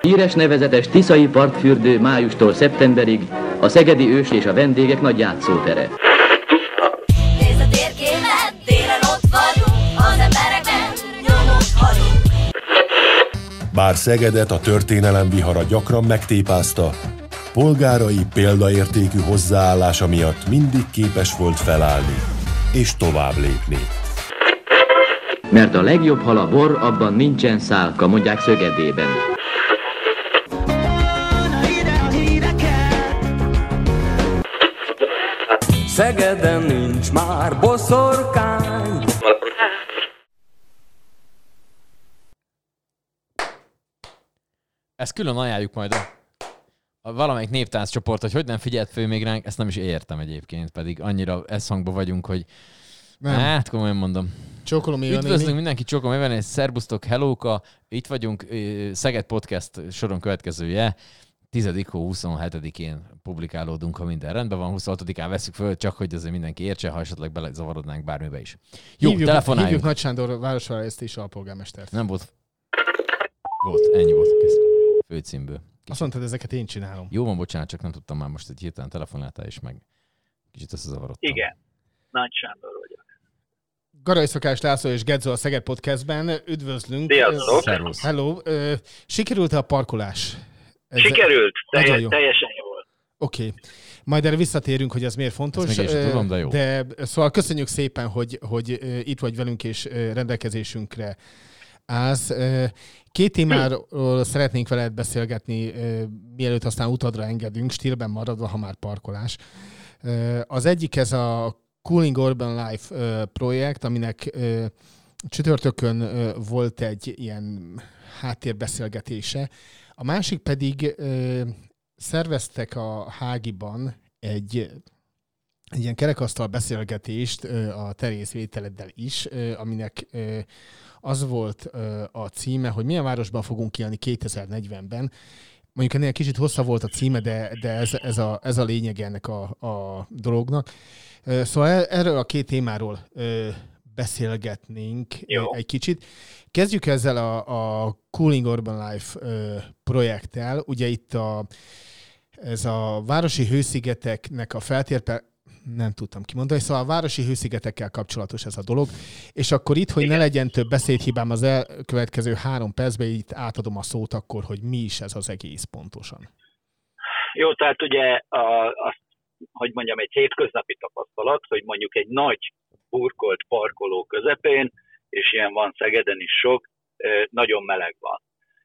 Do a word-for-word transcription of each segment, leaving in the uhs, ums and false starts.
Híres nevezetes tiszai partfürdő májustól szeptemberig a szegedi ős és a vendégek nagy játszótere. Nézd a térképet, télen ott vagyunk, az embereknek nyomot hagyunk. Bár Szegedet a történelem vihara gyakran megtépázta, polgárai példaértékű hozzáállása miatt mindig képes volt felállni és tovább lépni. Mert a legjobb hal a bor, abban nincsen szálka, mondják Szögedében. Szegeden nincs már boszorkány. Ezt külön ajánljuk majd a, a valamelyik néptánccsoport, hogy hogy nem figyelt föl még ránk, ezt nem is értem egyébként, pedig annyira eszhangban vagyunk, hogy nem. Hát komolyan mondom. Csókolom, üdvözlünk mindenki, csókolom, Éven, és szerbusztok, hellóka, itt vagyunk, Szeged Podcast soron következője, tizedik hó huszonhetedikén publikálódunk, ha minden rendben van, huszonhatodikán veszük föl, csak hogy azért mindenki értse, ha esetleg belezavarodnánk bármibe is. Jó, hívjuk, telefonáljunk. Hívjuk Nagy Sándor városfejlesztési alpolgármestert. Nem volt. Volt, ennyi volt. Kész. Főcímből. Kicsit. Azt mondtad, ezeket én csinálom. Jó van, bocsánat, csak nem tudtam már most, hogy hirtelen telefonáltál, és meg kicsit összezavarodtam. Igen, Nagy Sándor vagyok. Garai Szakás László és Gedzo a Szeged Podcastben. Üdvözlünk. Sziasztok! Szervusz! Hello! Sikerült-e a parkolás? Ez Sikerült, teljes, jó. teljesen jól. Oké. Okay. Majd erre visszatérünk, hogy ez miért fontos. Ezt még én sem tudom, de jó. De szóval köszönjük szépen, hogy, hogy itt vagy velünk és rendelkezésünkre állsz. Két témáról szeretnénk veled beszélgetni, mielőtt aztán utadra engedünk, stílben maradva, ha már parkolás. Az egyik ez a Cooling Urban Life projekt, aminek csütörtökön volt egy ilyen háttérbeszélgetése. A másik pedig szerveztek a Hágiban egy, egy ilyen kerekasztal beszélgetést a te részvételeddel is, aminek az volt a címe, hogy milyen városban fogunk élni kétezer-negyvenben. Mondjuk ennél kicsit hosszabb volt a címe, de, de ez, ez, a, ez a lényeg ennek a, a dolognak. Szóval erről a két témáról beszélgetnénk Jó. egy kicsit. Kezdjük ezzel a, a Cooling Urban Life projekttel. Ugye itt a, ez a városi hőszigeteknek a feltérpe, nem tudtam kimondani, szóval a városi hőszigetekkel kapcsolatos ez a dolog, és akkor itt, hogy Igen. ne legyen több beszédhibám az elkövetkező három percben, itt átadom a szót akkor, hogy mi is ez az egész pontosan. Jó, tehát ugye a, azt, hogy mondjam, egy hétköznapi tapasztalat, hogy mondjuk egy nagy burkolt parkoló közepén, és ilyen van Szegeden is sok, nagyon meleg van.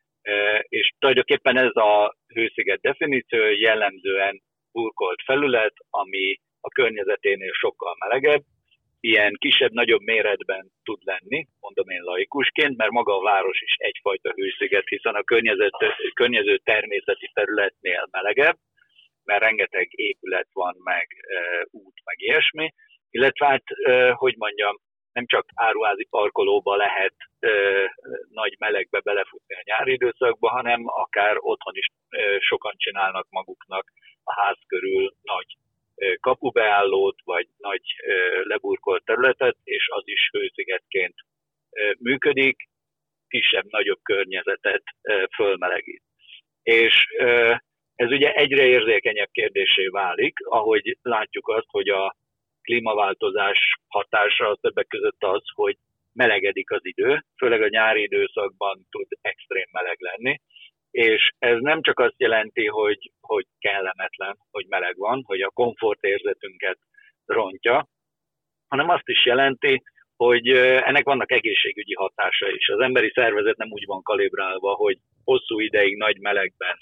És tulajdonképpen ez a hősziget definíció jellemzően burkolt felület, ami a környezeténél sokkal melegebb, ilyen kisebb-nagyobb méretben tud lenni, mondom én laikusként, mert maga a város is egyfajta hősziget, hiszen a környezet, környező természeti területnél melegebb, mert rengeteg épület van, meg e, út, meg ilyesmi, illetve hát, e, hogy mondjam, nem csak áruházi parkolóba lehet e, nagy melegbe belefutni a nyári időszakba, hanem akár otthon is e, sokan csinálnak maguknak a ház körül nagy kapubeállót, vagy nagy leburkolt területet, és az is hőszigetként működik, kisebb-nagyobb környezetet fölmelegít. És ez ugye egyre érzékenyebb kérdésé válik, ahogy látjuk azt, hogy a klímaváltozás hatása többek között az, hogy melegedik az idő, főleg a nyári időszakban tud extrém meleg lenni, és ez nem csak azt jelenti, hogy, hogy kellemetlen, hogy meleg van, hogy a komfortérzetünket rontja, hanem azt is jelenti, hogy ennek vannak egészségügyi hatása is. Az emberi szervezet nem úgy van kalibrálva, hogy hosszú ideig nagy melegben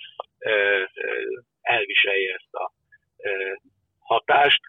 elviselje ezt a hatást,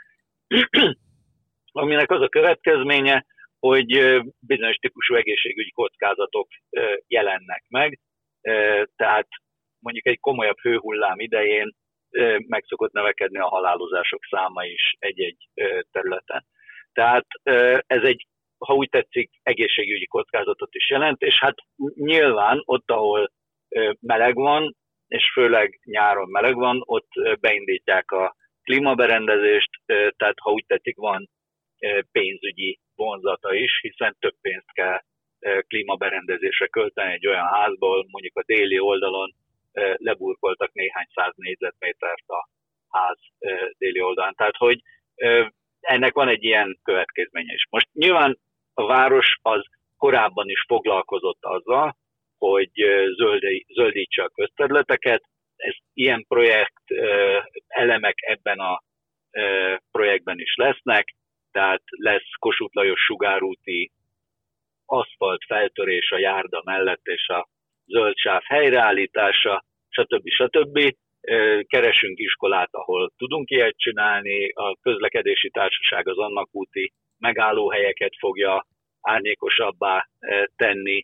aminek az a következménye, hogy bizonyos típusú egészségügyi kockázatok jelennek meg, tehát mondjuk egy komolyabb hőhullám idején meg szokott növekedni a halálozások száma is egy-egy területen. Tehát ez egy, ha úgy tetszik, egészségügyi kockázatot is jelent, és hát nyilván ott, ahol meleg van, és főleg nyáron meleg van, ott beindítják a klímaberendezést, tehát ha úgy tetszik, van pénzügyi vonzata is, hiszen több pénzt kell klímaberendezésre költeni egy olyan házból, mondjuk a déli oldalon leburkoltak néhány száz négyzetmétert a ház déli oldalán. Tehát, hogy ennek van egy ilyen következménye is. Most nyilván a város az korábban is foglalkozott azzal, hogy zöldítse a közterületeket. Ez, ilyen projekt elemek ebben a projektben is lesznek, tehát lesz Kossuth Lajos sugárúti aszfalt feltörés a járda mellett és a zöld sáv helyreállítása, stb. stb. Keresünk iskolát, ahol tudunk ilyet csinálni, a közlekedési társaság az Annak úti megállóhelyeket fogja árnyékosabbá tenni.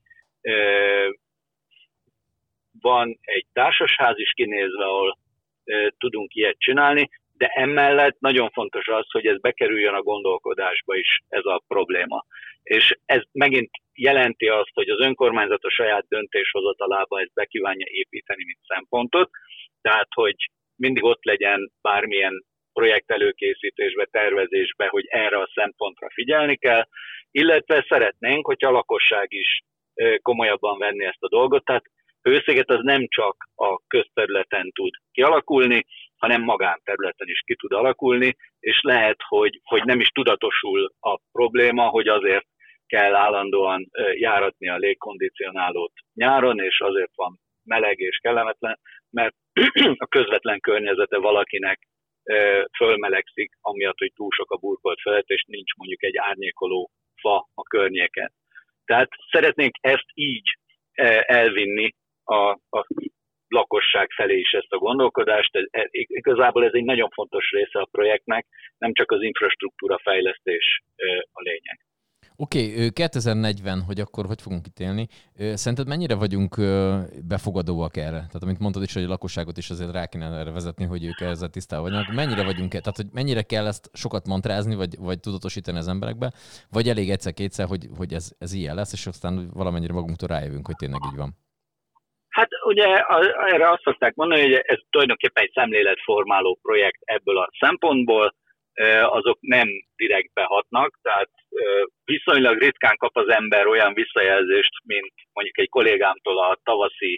Van egy társasház is kinézve, ahol tudunk ilyet csinálni, de emellett nagyon fontos az, hogy ez bekerüljön a gondolkodásba is, ez a probléma. És ez megint jelenti azt, hogy az önkormányzat a saját döntéshozatalába ezt be kívánja építeni, mint szempontot, tehát, hogy mindig ott legyen bármilyen projekt előkészítésbe, tervezésbe, hogy erre a szempontra figyelni kell, illetve szeretnénk, hogyha a lakosság is komolyabban venni ezt a dolgot, tehát Hősziget az nem csak a közterületen tud kialakulni, hanem magánterületen is ki tud alakulni, és lehet, hogy, hogy nem is tudatosul a probléma, hogy azért kell állandóan járatni a légkondicionálót nyáron, és azért van meleg és kellemetlen, mert a közvetlen környezete valakinek fölmelegszik, amiatt, hogy túl sok a burkolt felett, és nincs mondjuk egy árnyékoló fa a környéken. Tehát szeretnénk ezt így elvinni a, a lakosság felé is ezt a gondolkodást. Ez, ez, igazából ez egy nagyon fontos része a projektnek, nem csak az infrastruktúra fejlesztés a lényeg. Oké, okay, kétezer-negyven, hogy akkor hogy fogunk itt élni. Szerinted mennyire vagyunk befogadóak erre? Tehát amit mondtad is, hogy a lakosságot is azért rá kéne erre vezetni, hogy ők ezzel tisztában vagynak. Mennyire vagyunk e? Tehát, hogy mennyire kell ezt sokat mantrázni, vagy, vagy tudatosítani az emberekbe, vagy elég egyszer-kétszer, hogy, hogy ez, ez ilyen lesz, és aztán valamennyire magunktól rájövünk, hogy tényleg így van. Hát ugye erre azt szokták mondani, hogy ez tulajdonképpen egy szemléletformáló projekt ebből a szempontból, azok nem direkt behatnak, tehát viszonylag ritkán kap az ember olyan visszajelzést, mint mondjuk egy kollégámtól a tavaszi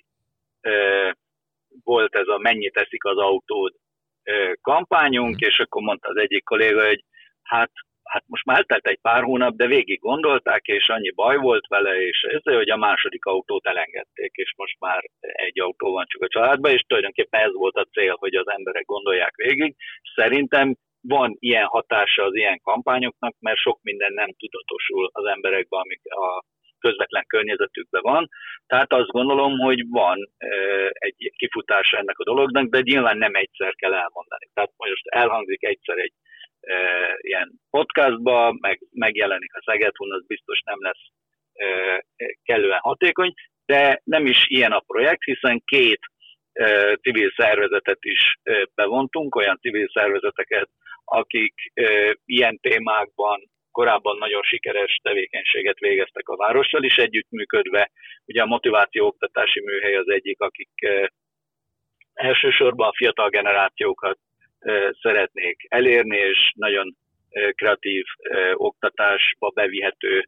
volt ez a mennyit teszik az autód kampányunk, és akkor mondta az egyik kolléga, hogy hát, hát most már eltelt egy pár hónap, de végig gondolták, és annyi baj volt vele, és ez, hogy a második autót elengedték, és most már egy autó van csak a családban, és tulajdonképpen ez volt a cél, hogy az emberek gondolják végig. Szerintem van ilyen hatása az ilyen kampányoknak, mert sok minden nem tudatosul az emberekben, amik a közvetlen környezetükben van. Tehát azt gondolom, hogy van egy kifutása ennek a dolognak, de nyilván nem egyszer kell elmondani. Tehát most elhangzik egyszer egy ilyen podcastba, meg megjelenik a Szegedhun, az biztos nem lesz kellően hatékony, de nem is ilyen a projekt, hiszen két civil szervezetet is bevontunk, olyan civil szervezeteket, akik ilyen témákban korábban nagyon sikeres tevékenységet végeztek a várossal is együttműködve. Ugye a Motiváció Oktatási Műhely az egyik, akik elsősorban a fiatal generációkat szeretnék elérni, és nagyon kreatív oktatásba bevihető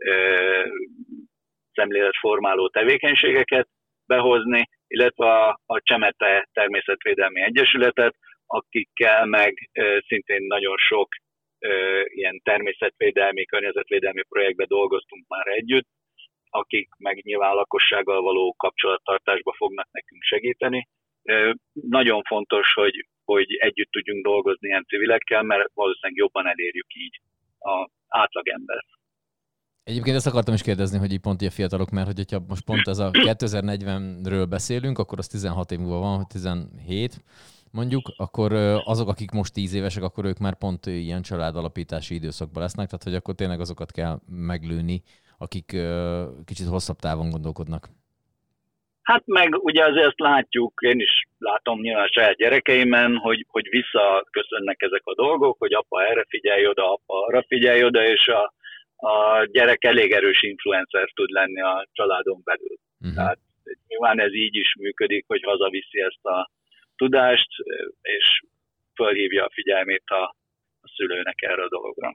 szemléletformáló tevékenységeket behozni, illetve a, a Csemete Természetvédelmi Egyesületet, akikkel meg szintén nagyon sok ilyen természetvédelmi, környezetvédelmi projektben dolgoztunk már együtt, akik meg nyilván lakossággal való kapcsolattartásba fognak nekünk segíteni. Nagyon fontos, hogy, hogy együtt tudjunk dolgozni ilyen civilekkel, mert valószínűleg jobban elérjük így az átlagember. Egyébként ezt akartam is kérdezni, hogy így pont ilyen fiatalok, mert hogyha most pont ez a kétezer-negyvenről beszélünk, akkor az tizenhat év múlva van, hogy tizenhét mondjuk, akkor azok, akik most tíz évesek, akkor ők már pont ilyen családalapítási időszakban lesznek, tehát hogy akkor tényleg azokat kell meglőni, akik kicsit hosszabb távon gondolkodnak. Hát meg ugye azért azt látjuk, én is látom nyilván a saját gyerekeimen, hogy, hogy visszaköszönnek ezek a dolgok, hogy apa erre figyelj oda, apa arra figyelj oda, és a, a gyerek elég erős influencer tud lenni a családon belül. Uh-huh. Tehát nyilván ez így is működik, hogy hazaviszi ezt a tudást, és felhívja a figyelmét a, a szülőnek erre a dologra.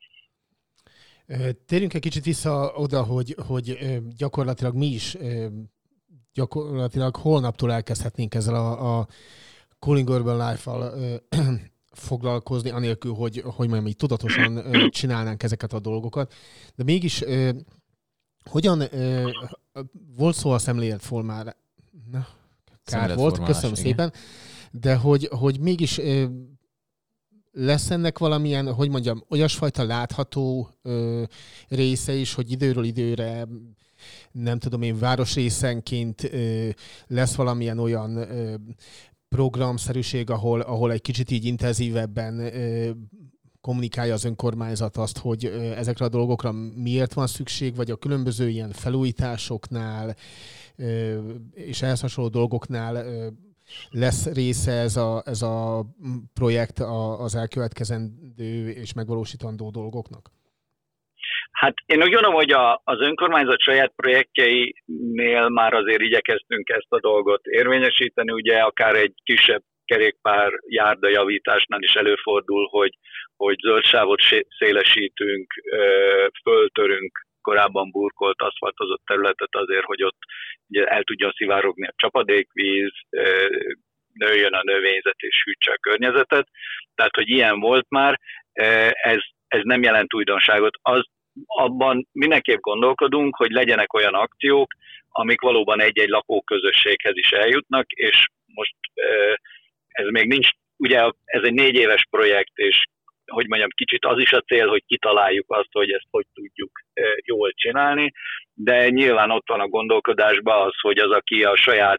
Térjünk egy kicsit vissza oda, hogy, hogy gyakorlatilag mi is gyakorlatilag holnaptól elkezdhetnénk ezzel a, a Cooling Urban Life-val foglalkozni, anélkül, hogy, hogy mondjam, így tudatosan ö, csinálnánk ezeket a dolgokat. De mégis ö, hogyan ö, volt szó a szemléletformára? Na, kár volt, köszönöm igen. szépen. De hogy, hogy mégis ö, lesz ennek valamilyen, hogy mondjam, olyasfajta látható ö, része is, hogy időről időre, nem tudom én, városrészenként ö, lesz valamilyen olyan ö, programszerűség, ahol, ahol egy kicsit így intenzívebben ö, kommunikálja az önkormányzat azt, hogy ö, ezekre a dolgokra miért van szükség, vagy a különböző ilyen felújításoknál ö, és ehhez hasonló dolgoknál ö, lesz része ez a, ez a projekt az elkövetkezendő és megvalósítandó dolgoknak? Hát én úgy gondolom, hogy a, az önkormányzat saját projektjeinél már azért igyekeztünk ezt a dolgot érvényesíteni, ugye akár egy kisebb kerékpár járda javításnál is előfordul, hogy, hogy zöldsávot szélesítünk, föltörünk korábban burkolt, aszfaltozott területet azért, hogy ott ugye el tudjon szivárogni a csapadékvíz, nőjön a növényzet és hűtse a környezetet. Tehát, hogy ilyen volt már, ez, ez nem jelent újdonságot. Az, abban mindenképp gondolkodunk, hogy legyenek olyan akciók, amik valóban egy-egy lakóközösséghez is eljutnak, és most ez még nincs, ugye ez egy négy éves projekt, és hogy mondjam, kicsit az is a cél, hogy kitaláljuk azt, hogy ezt hogy tudjuk jól csinálni, de nyilván ott van a gondolkodásban az, hogy az, aki a saját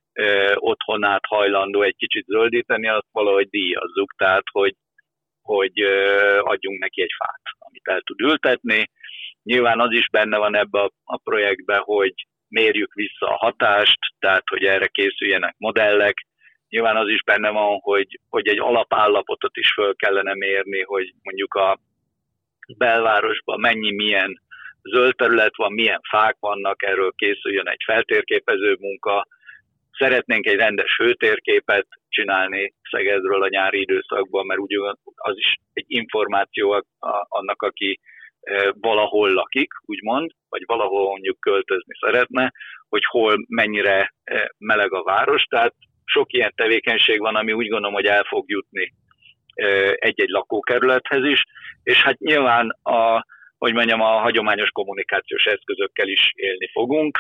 otthonát hajlandó egy kicsit zöldíteni, azt valahogy díjazzuk, tehát hogy, hogy adjunk neki egy fát, amit el tud ültetni. Nyilván az is benne van ebbe a, a projektben, hogy mérjük vissza a hatást, tehát hogy erre készüljenek modellek. Nyilván az is benne van, hogy, hogy egy alapállapotot is föl kellene mérni, hogy mondjuk a belvárosban mennyi, milyen zöld terület van, milyen fák vannak, erről készüljön egy feltérképező munka. Szeretnénk egy rendes hőtérképet csinálni Szegedről a nyári időszakban, mert úgy az is egy információ annak, aki valahol lakik, úgymond, vagy valahol mondjuk költözni szeretne, hogy hol mennyire meleg a város. Tehát sok ilyen tevékenység van, ami úgy gondolom, hogy el fog jutni egy-egy lakókerülethez is, és hát nyilván a, hogy mondjam, a hagyományos kommunikációs eszközökkel is élni fogunk,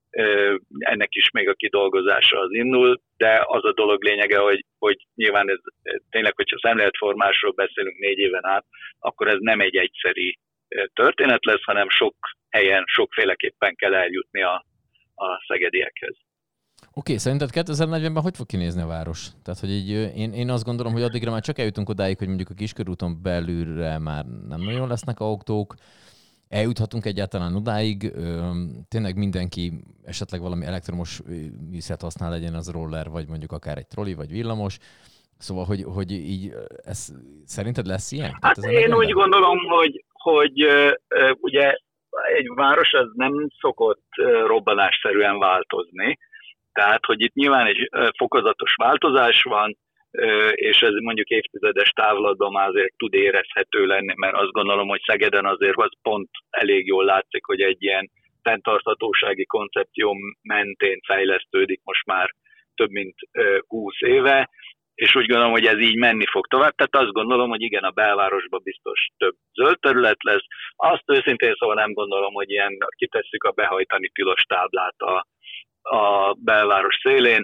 ennek is még a kidolgozása az indul, de az a dolog lényege, hogy, hogy nyilván ez tényleg, hogyha szemléletformásról beszélünk négy éven át, akkor ez nem egy egyszeri történet lesz, hanem sok helyen, sokféleképpen kell eljutni a, a szegediekhez. Oké, okay, szerinted kétezer-negyvenben hogy fog kinézni a város? Tehát, hogy így, én, én azt gondolom, hogy addigra már csak eljutunk odáig, hogy mondjuk a Kiskörúton belülre már nem nagyon lesznek autók, eljuthatunk egyáltalán odáig, tényleg mindenki esetleg valami elektromos műszert használ, legyen az roller, vagy mondjuk akár egy troli, vagy villamos. Szóval, hogy, hogy így, ez, szerinted lesz ilyen? Hát én úgy gondolom, hogy, hogy ugye egy város az nem szokott robbanásszerűen változni, tehát, hogy itt nyilván egy fokozatos változás van, és ez mondjuk évtizedes távlatban már azért tud érezhető lenni, mert azt gondolom, hogy Szegeden azért az pont elég jól látszik, hogy egy ilyen fenntarthatósági koncepció mentén fejlesztődik most már több mint húsz éve, és úgy gondolom, hogy ez így menni fog tovább. Tehát azt gondolom, hogy igen, a belvárosban biztos több zöld terület lesz. Azt őszintén szóval nem gondolom, hogy ilyen kitesszük a behajtani tilos táblát a, a belváros szélén,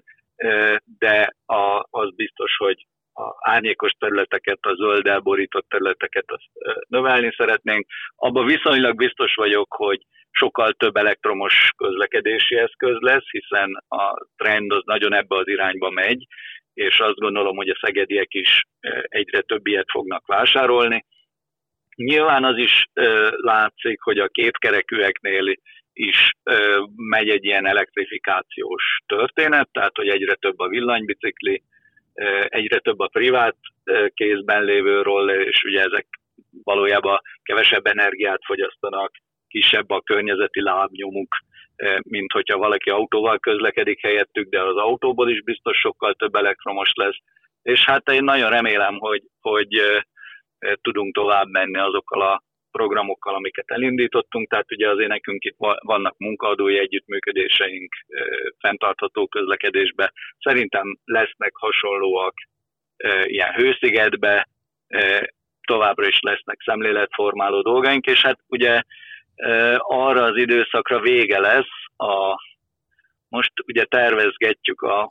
de a, az biztos, hogy a árnyékos területeket, a zölddel borított területeket azt növelni szeretnénk. Abban viszonylag biztos vagyok, hogy sokkal több elektromos közlekedési eszköz lesz, hiszen a trend az nagyon ebbe az irányba megy, és azt gondolom, hogy a szegediek is egyre több ilyet fognak vásárolni. Nyilván az is látszik, hogy a kétkerekűeknél is megy egy ilyen elektrifikációs történet, tehát hogy egyre több a villanybicikli, egyre több a privát kézben lévő roller, és ugye ezek valójában kevesebb energiát fogyasztanak, kisebb a környezeti lábnyomuk, mint hogyha valaki autóval közlekedik helyettük, de az autóból is biztos sokkal több elektromos lesz. És hát én nagyon remélem, hogy, hogy tudunk tovább menni azokkal a programokkal, amiket elindítottunk, tehát ugye azért nekünk itt vannak munkaadói együttműködéseink fenntartható közlekedésbe. Szerintem lesznek hasonlóak ilyen Hőszigetbe, továbbra is lesznek szemléletformáló dolgaink, és hát ugye arra az időszakra vége lesz, a, most ugye tervezgetjük a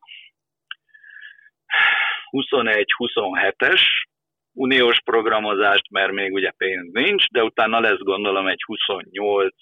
huszonegy huszonhetes uniós programozást, mert még ugye pénz nincs, de utána lesz gondolom egy huszonnyolc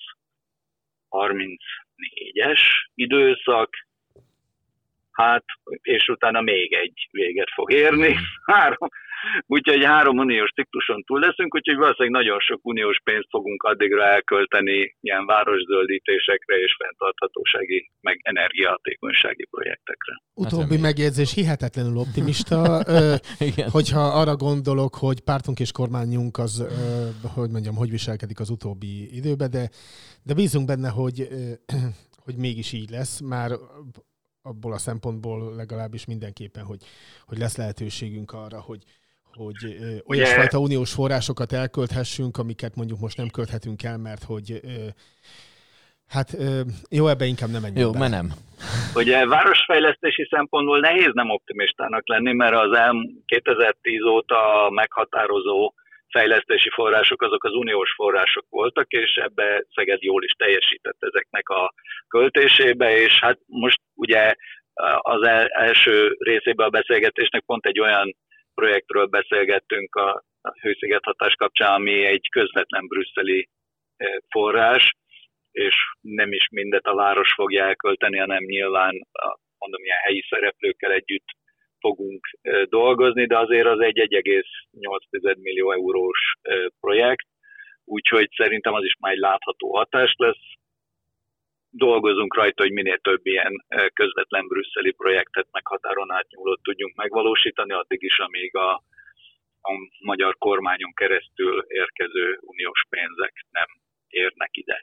harmincnégyes időszak, hát, és utána még egy véget fog érni. Három, úgyhogy három uniós cikluson túl leszünk, úgyhogy valószínűleg nagyon sok uniós pénzt fogunk addigra elkölteni ilyen városzöldítésekre és fenntarthatósági, meg energiahatékonysági projektekre. Utóbbi megjegyzés hihetetlenül optimista, hogyha arra gondolok, hogy pártunk és kormányunk az, hogy mondjam, hogy viselkedik az utóbbi időben, de, de bízunk benne, hogy, hogy mégis így lesz, már abból a szempontból legalábbis mindenképpen, hogy, hogy lesz lehetőségünk arra, hogy, hogy olyasfajta yeah. uniós forrásokat elkölthessünk, amiket mondjuk most nem költhetünk el, mert hogy hát jó, ebbe inkább nem menjünk Jó, be. mert nem. Ugye városfejlesztési szempontból nehéz nem optimistának lenni, mert az el kétezer-tíz óta meghatározó fejlesztési források azok az uniós források voltak, és ebbe Szeged jól is teljesített ezeknek a költésébe, és hát most ugye az első részében a beszélgetésnek pont egy olyan projektről beszélgettünk a Hősziget hatás kapcsán, ami egy közvetlen brüsszeli forrás, és nem is mindet a város fogja elkölteni, hanem nyilván mondom, ilyen helyi szereplőkkel együtt fogunk dolgozni, de azért az egy egy egész nyolc millió eurós projekt, úgyhogy szerintem az is már egy látható hatás lesz. Dolgozunk rajta, hogy minél több ilyen közvetlen brüsszeli projektet meg határon átnyúlót tudjunk megvalósítani, addig is, amíg a, a magyar kormányon keresztül érkező uniós pénzek nem érnek ide.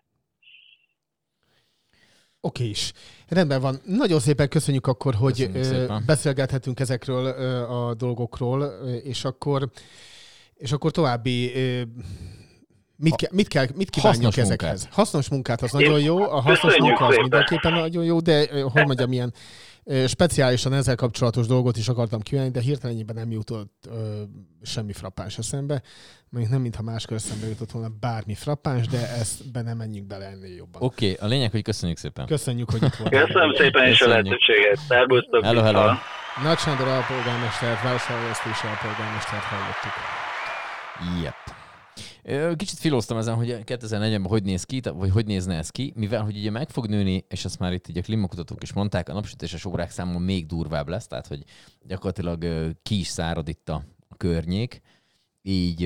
Oké is. Rendben van. Nagyon szépen köszönjük akkor, hogy beszélgethetünk ezekről a dolgokról, és akkor, és akkor további mit, ke, mit, kell, mit kívánjunk ezekhez? Munkát. Hasznos munkát az nagyon jó, a hasznos munka az mindenképpen nagyon jó, de hogy mondjam, ilyen speciálisan ezzel kapcsolatos dolgot is akartam kívánni, de hirtelenében nem jutott ö, semmi frappáns eszembe. Mondjuk nem, mintha máskor eszembe jutott volna bármi frappáns, de ezt be nem menjünk bele ennél jobban. Oké, okay, a lényeg, hogy köszönjük szépen. Köszönjük, hogy itt voltál. Köszönöm szépen is a lehetőséget. Szerbusztok. Hello, hello. Nagy Sándor alpolgármestert, városfejlesztési alpolgármestert hallottuk. Yep. Kicsit filóztam ezen, hogy kétezer-negyvenben hogy néz ki, vagy hogy nézne ez ki, mivel hogy ugye meg fog nőni, és azt már itt így a klímakutatók is mondták, a napsütéses órák száma még durvább lesz, tehát hogy gyakorlatilag ki is szárad itt a környék, így...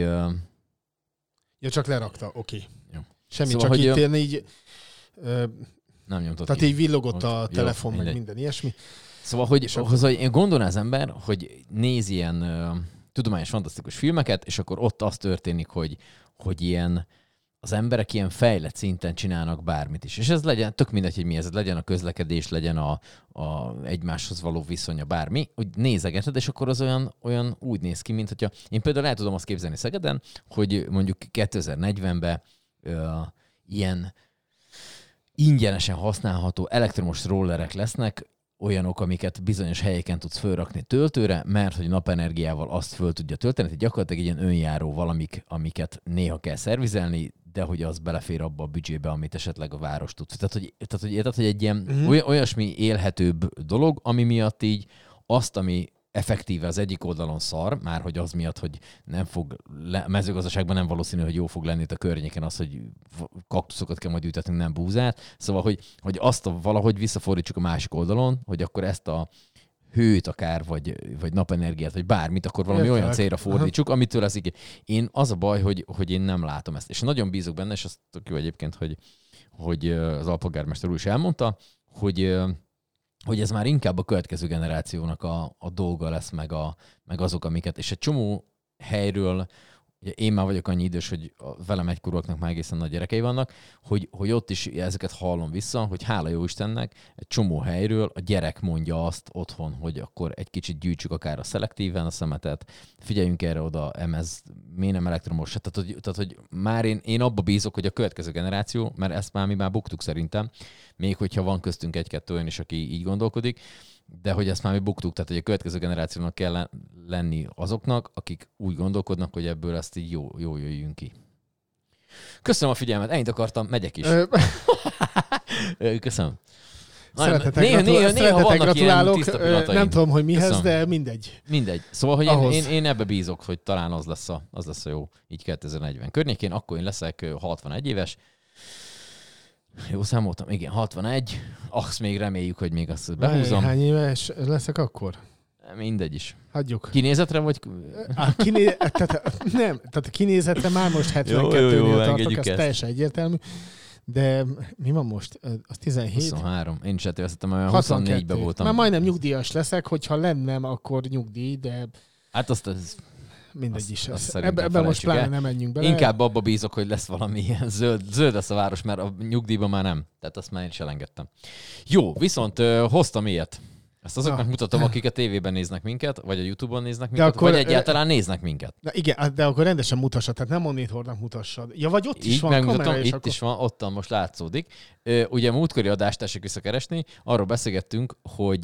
Ja, csak lerakta, oké. Okay. Semmi, szóval, csak hogy itt én így... Nem nyomtott Tehát ki. így villogott a Most, telefon, jó, meg mindegy. minden ilyesmi. Szóval, hogy, hogy én gondolná az ember, hogy néz ilyen uh, tudományos, fantasztikus filmeket, és akkor ott az történik, hogy, hogy ilyen az emberek ilyen fejlett szinten csinálnak bármit is. És ez legyen, tök mindegy, hogy mi ez, legyen a közlekedés, legyen a, a egymáshoz való viszonya, bármi, hogy nézegeted, és akkor az olyan, olyan úgy néz ki, mint hogyha én például el tudom azt képzelni Szegeden, hogy mondjuk kétezer-negyvenben uh, ilyen ingyenesen használható elektromos rollerek lesznek, olyanok, amiket bizonyos helyeken tudsz fölrakni töltőre, mert hogy napenergiával azt föl tudja tölteni, tehát gyakorlatilag ilyen önjáró valamik, amiket néha kell szervizelni, de hogy az belefér abba a büdzsébe, amit esetleg a város tud. Tehát, hogy, tehát, hogy, tehát, hogy egy ilyen mm-hmm. olyasmi élhetőbb dolog, ami miatt így azt, ami effektíve az egyik oldalon szar, már hogy az miatt, hogy nem fog le, mezőgazdaságban nem valószínű, hogy jó fog lenni itt a környéken az, hogy kaktuszokat kell majd ültetnünk, nem búzát. Szóval, hogy, hogy azt a, valahogy visszafordítsuk a másik oldalon, hogy akkor ezt a hőt akár, vagy, vagy napenergiát, vagy bármit, akkor valami Értelek. olyan célra fordítsuk, Aha. amitől az így. Én az a baj, hogy, hogy én nem látom ezt. És nagyon bízok benne, és azt tök jó egyébként, hogy, hogy az alpolgármester úr is elmondta, hogy hogy ez már inkább a következő generációnak a, a dolga lesz, meg, a, meg azok, amiket, és egy csomó helyről ugye én már vagyok annyi idős, hogy a velem egykorúaknak már egészen nagy gyerekei vannak, hogy, hogy ott is ezeket hallom vissza, hogy hála jó Istennek egy csomó helyről a gyerek mondja azt otthon, hogy akkor egy kicsit gyűjtsük akár a szelektíven a szemetet, figyeljünk erre oda, ez miért nem elektromos. Tehát, hogy, tehát, hogy már én, én abba bízok, hogy a következő generáció, mert ezt már mi már buktuk szerintem, még hogyha van köztünk egy-kettő olyan is, aki így gondolkodik, de hogy ezt már mi buktuk, tehát hogy a következő generációnak kell lenni azoknak, akik úgy gondolkodnak, hogy ebből ezt így jó, jó jöjjünk ki. Köszönöm a figyelmet, ennyit akartam, megyek is. Köszönöm. Szeretetek, néha, gratul- néha, néha szeretetek vannak gratulálok, ilyen tiszta pillanataim. nem tudom, hogy mihez, Köszönöm. de mindegy. Mindegy. Szóval, hogy én, Ahhoz. én, én ebbe bízok, hogy talán az lesz a, az lesz a jó, így kétezer-negyven környékén, akkor én leszek hatvanegy éves. Jó számoltam? Igen, hatvanegy. Azt még reméljük, hogy még azt behúzom. Hány éves leszek akkor? Mindegy is. Hagyjuk. Kinézetre vagy? A kiné... tehát, nem, tehát a kinézetre már most hetvenkettőnél tartok, ez teljesen egyértelmű. De mi van most? Az tizenhét? huszonhárom. Én is eltévesztettem, olyan huszonnégyben voltam. Már majdnem nyugdíjas leszek, hogyha lennem, akkor nyugdíj, de... Hát azt ez... Mindegy azt, is. azt Ebben ebbe most pláne nem menjünk bele. Inkább abba bízok, hogy lesz valami ilyen zöld, zöld lesz a város, mert a nyugdíjban már nem. Tehát azt már én is elengedtem. Jó, viszont uh, hoztam ilyet. Ezt azoknak Na. mutatom, akik a tévében néznek minket, vagy a YouTube-on néznek minket, akkor, vagy egyáltalán néznek minket. Na igen, de akkor rendesen mutassad, tehát nem monitornak mutassad. Ja, vagy ott is így van megmutatom, kamera, és itt akkor... is van, ottan most látszódik. Ugye múltkori adást tessék visszakeresni, arról beszélgettünk, hogy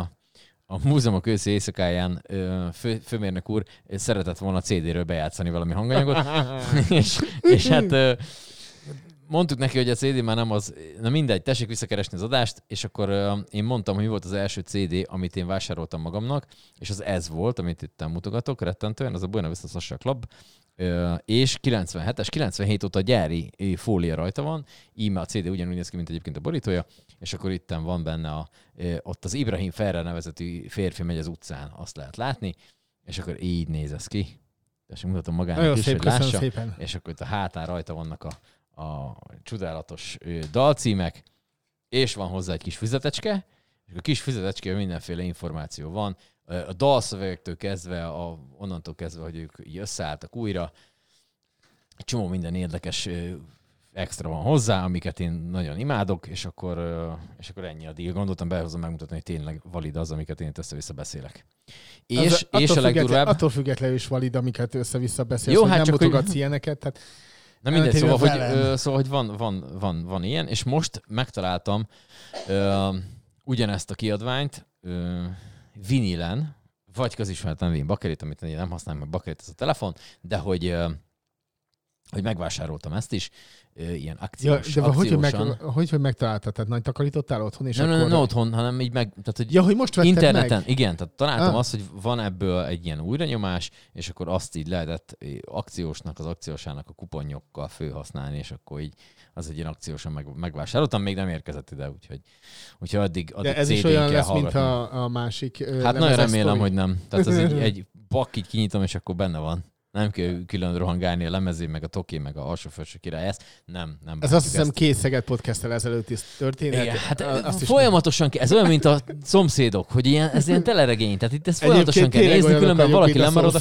a múzeumok őszi éjszakáján fő, főmérnök úr szeretett volna cé dé-ről bejátszani valami hanganyagot, és, és hát mondtuk neki, hogy a cé dé már nem az, na mindegy, tessék visszakeresni az adást, és akkor uh, én mondtam, hogy mi volt az első cé dé, amit én vásároltam magamnak, és az ez volt, amit itt mutogatok, rettentően, az a Buena Vista Social Club, uh, és kilencvenhetes, kilencvenhét óta gyári fólia rajta van, íme a cé dé ugyanúgy néz ki, mint egyébként a borítója, és akkor itten van benne a, uh, ott az Ibrahim Ferrer nevezetű férfi megy az utcán, azt lehet látni, és akkor így néz ez ki. És mutatom magának is, hogy lássa, szépen. És akkor itt a hátán rajta vannak a a csodálatos dalcímek, és van hozzá egy kis füzetecske, és a kis füzetecskében mindenféle információ van. A dalszövegektől kezdve, a, onnantól kezdve, hogy ők így összeálltak újra. Egy csomó minden érdekes extra van hozzá, amiket én nagyon imádok, és akkor, és akkor ennyi a deal. Gondoltam, behozom megmutatni, hogy tényleg valid az, amiket én itt össze-vissza beszélek. És, az, és a legdurvább... Attól függetlenül is valid, amiket össze-vissza beszélsz, Jó, hogy hát nem csak mutogatsz hogy... ilyeneket. Tehát... Na mindegy, szóval, hogy, ö, szóval, hogy van, van, van, van ilyen, és most megtaláltam ö, ugyanezt a kiadványt ö, vinilen, vagy közismeretlen vin bakelit, amit én nem használom, mert bakelit ez a telefon, de hogy, ö, hogy megvásároltam ezt is, ö, ilyen akciós, ja, de hogy, hogy, meg, hogy, hogy megtaláltad? Tehát nagy takarítottál otthon? És nem, akkor... nem, nem otthon, hanem így meg... Tehát, hogy ja, hogy most vetted interneten, meg? igen, tehát találtam ah. azt, hogy van ebből egy ilyen újranyomás, és akkor azt így lehetett akciósnak, az akciósának a kuponyokkal főhasználni, és akkor így az egy ilyen akciósan meg, megvásároltam, még nem érkezett ide, úgyhogy, úgyhogy addig, addig de ez cé dén is olyan kell lesz, hallgatni. mint a, a másik. Hát nagyon remélem, sztori. Hogy nem. Tehát az egy, egy pakk így kinyitom, és akkor benne van. Nem kell külön rohangálni a lemezé, meg a toké, meg a alsófelső király. Ezt nem, nem. Ez azt hiszem két Szeged podcasttel ezelőtt is történet. Igen, hát azt folyamatosan kell. Ez olyan, mint a szomszédok, hogy ilyen, ez ilyen teleregény. Tehát itt ezt folyamatosan kell nézni, különben valaki lemarad.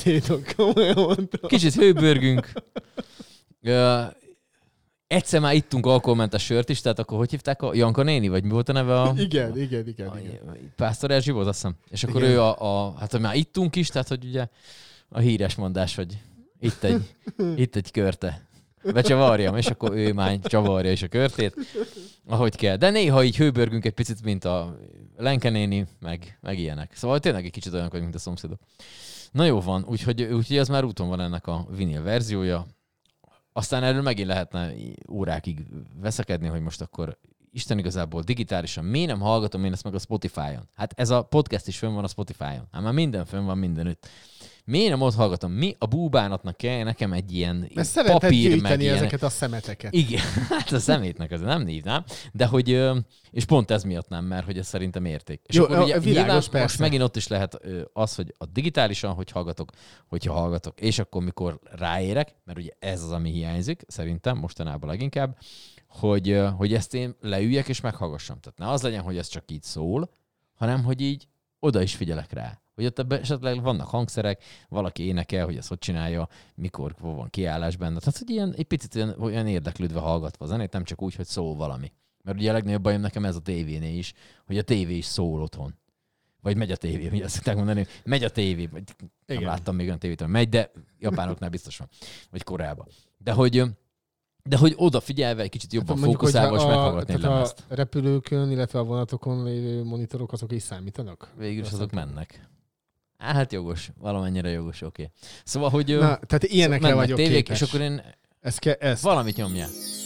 Kicsit hőbörgünk. Uh, egyszer már ittunk alkoholmentes sört is, tehát akkor hogy hívták? A Janka néni, vagy mi volt a neve? A... Igen, igen, igen. A, igen. Pásztor Erzsi volt, azt hiszem. És akkor igen. ő a, a... Hát, hogy már ittunk is, tehát, hogy ugye a híres mondás, hogy itt egy, itt egy körte. Becsavarjam, és akkor ő már csavarja is a körtét, ahogy kell. De néha így hőbörgünk egy picit, mint a Lenke néni, meg, meg ilyenek. Szóval tényleg egy kicsit olyanok, mint a szomszédok. Na jó van, úgyhogy, úgyhogy az már úton van ennek a vinil verziója. Aztán erről megint lehetne órákig veszekedni, hogy most akkor Isten igazából digitálisan miért nem hallgatom én ezt meg a Spotify-on? Hát ez a podcast is fönn van a Spotify-on. Hát már minden fönn van mindenütt. Miért nem ott hallgatom? Mi a búbánatnak kell nekem egy ilyen mert papír, meg ilyen... ezeket a szemeteket. Igen, hát a szemétnek azért nem hívnám, de hogy, és pont ez miatt nem, mert hogy ez szerintem érték. És jó, akkor ugye, világos, most megint ott is lehet az, hogy a digitálisan, hogy hallgatok, hogyha hallgatok, és akkor mikor ráérek, mert ugye ez az, ami hiányzik, szerintem mostanában leginkább, hogy, hogy ezt én leüljek és meghallgassam. Tehát ne az legyen, hogy ez csak így szól, hanem hogy így oda is figyelek rá. hogy ott ebben esetleg vannak hangszerek, valaki énekel, hogy ezt hogy csinálja, mikor van kiállás benne. Tehát, hogy ilyen, egy picit olyan, olyan érdeklődve hallgatva a zenét, nem csak úgy, hogy szól valami. Mert ugye a legnagyobb bajom nekem ez a tévénél is, hogy a tévé is szól otthon. Vagy megy a tévé, ugye azt szokták mondani, megy a tévé, vagy nem Igen. láttam még olyan tévét, megy, de japánoknál biztos van, vagy Koreában. De hogy, de hogy odafigyelve, egy kicsit jobban Hát mondjuk, fókuszálva, és hogyha meghallgatni a tehát lemezt. a repülőkön, illetve a vonatokon lévő monitorok, azok is számítanak? Végül is Azt azok nem mennek. Á, hát jogos, valamennyire jogos, oké. Okay. Szóval, hogy Na, tehát ilyenekre mennek vagyok tévék, képes. és akkor én Ez ke- ez valamit nyomja.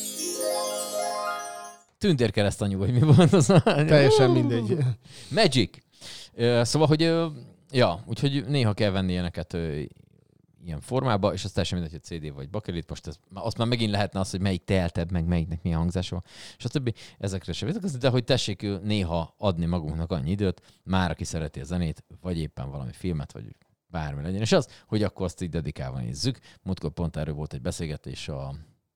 Tündérkereszt anyu, vagy mi volt az? teljesen mindegy. Magic. Ö, Szóval, hogy ö, ja, úgyhogy néha kell venni ilyeneket ö, ilyen formába, és az teljesen mindegy, hogy cé dé vagy bakelit, most ez, azt már megint lehetne az, hogy melyik teltebb, meg melyiknek milyen hangzása van, és a többi, ezekre sem vitatkozni, de hogy tessék ö, néha adni magunknak annyi időt, már aki szereti a zenét, vagy éppen valami filmet, vagy bármi legyen, és az, hogy akkor azt így dedikálva nézzük. Múltkor pont erről volt egy beszélgetés a,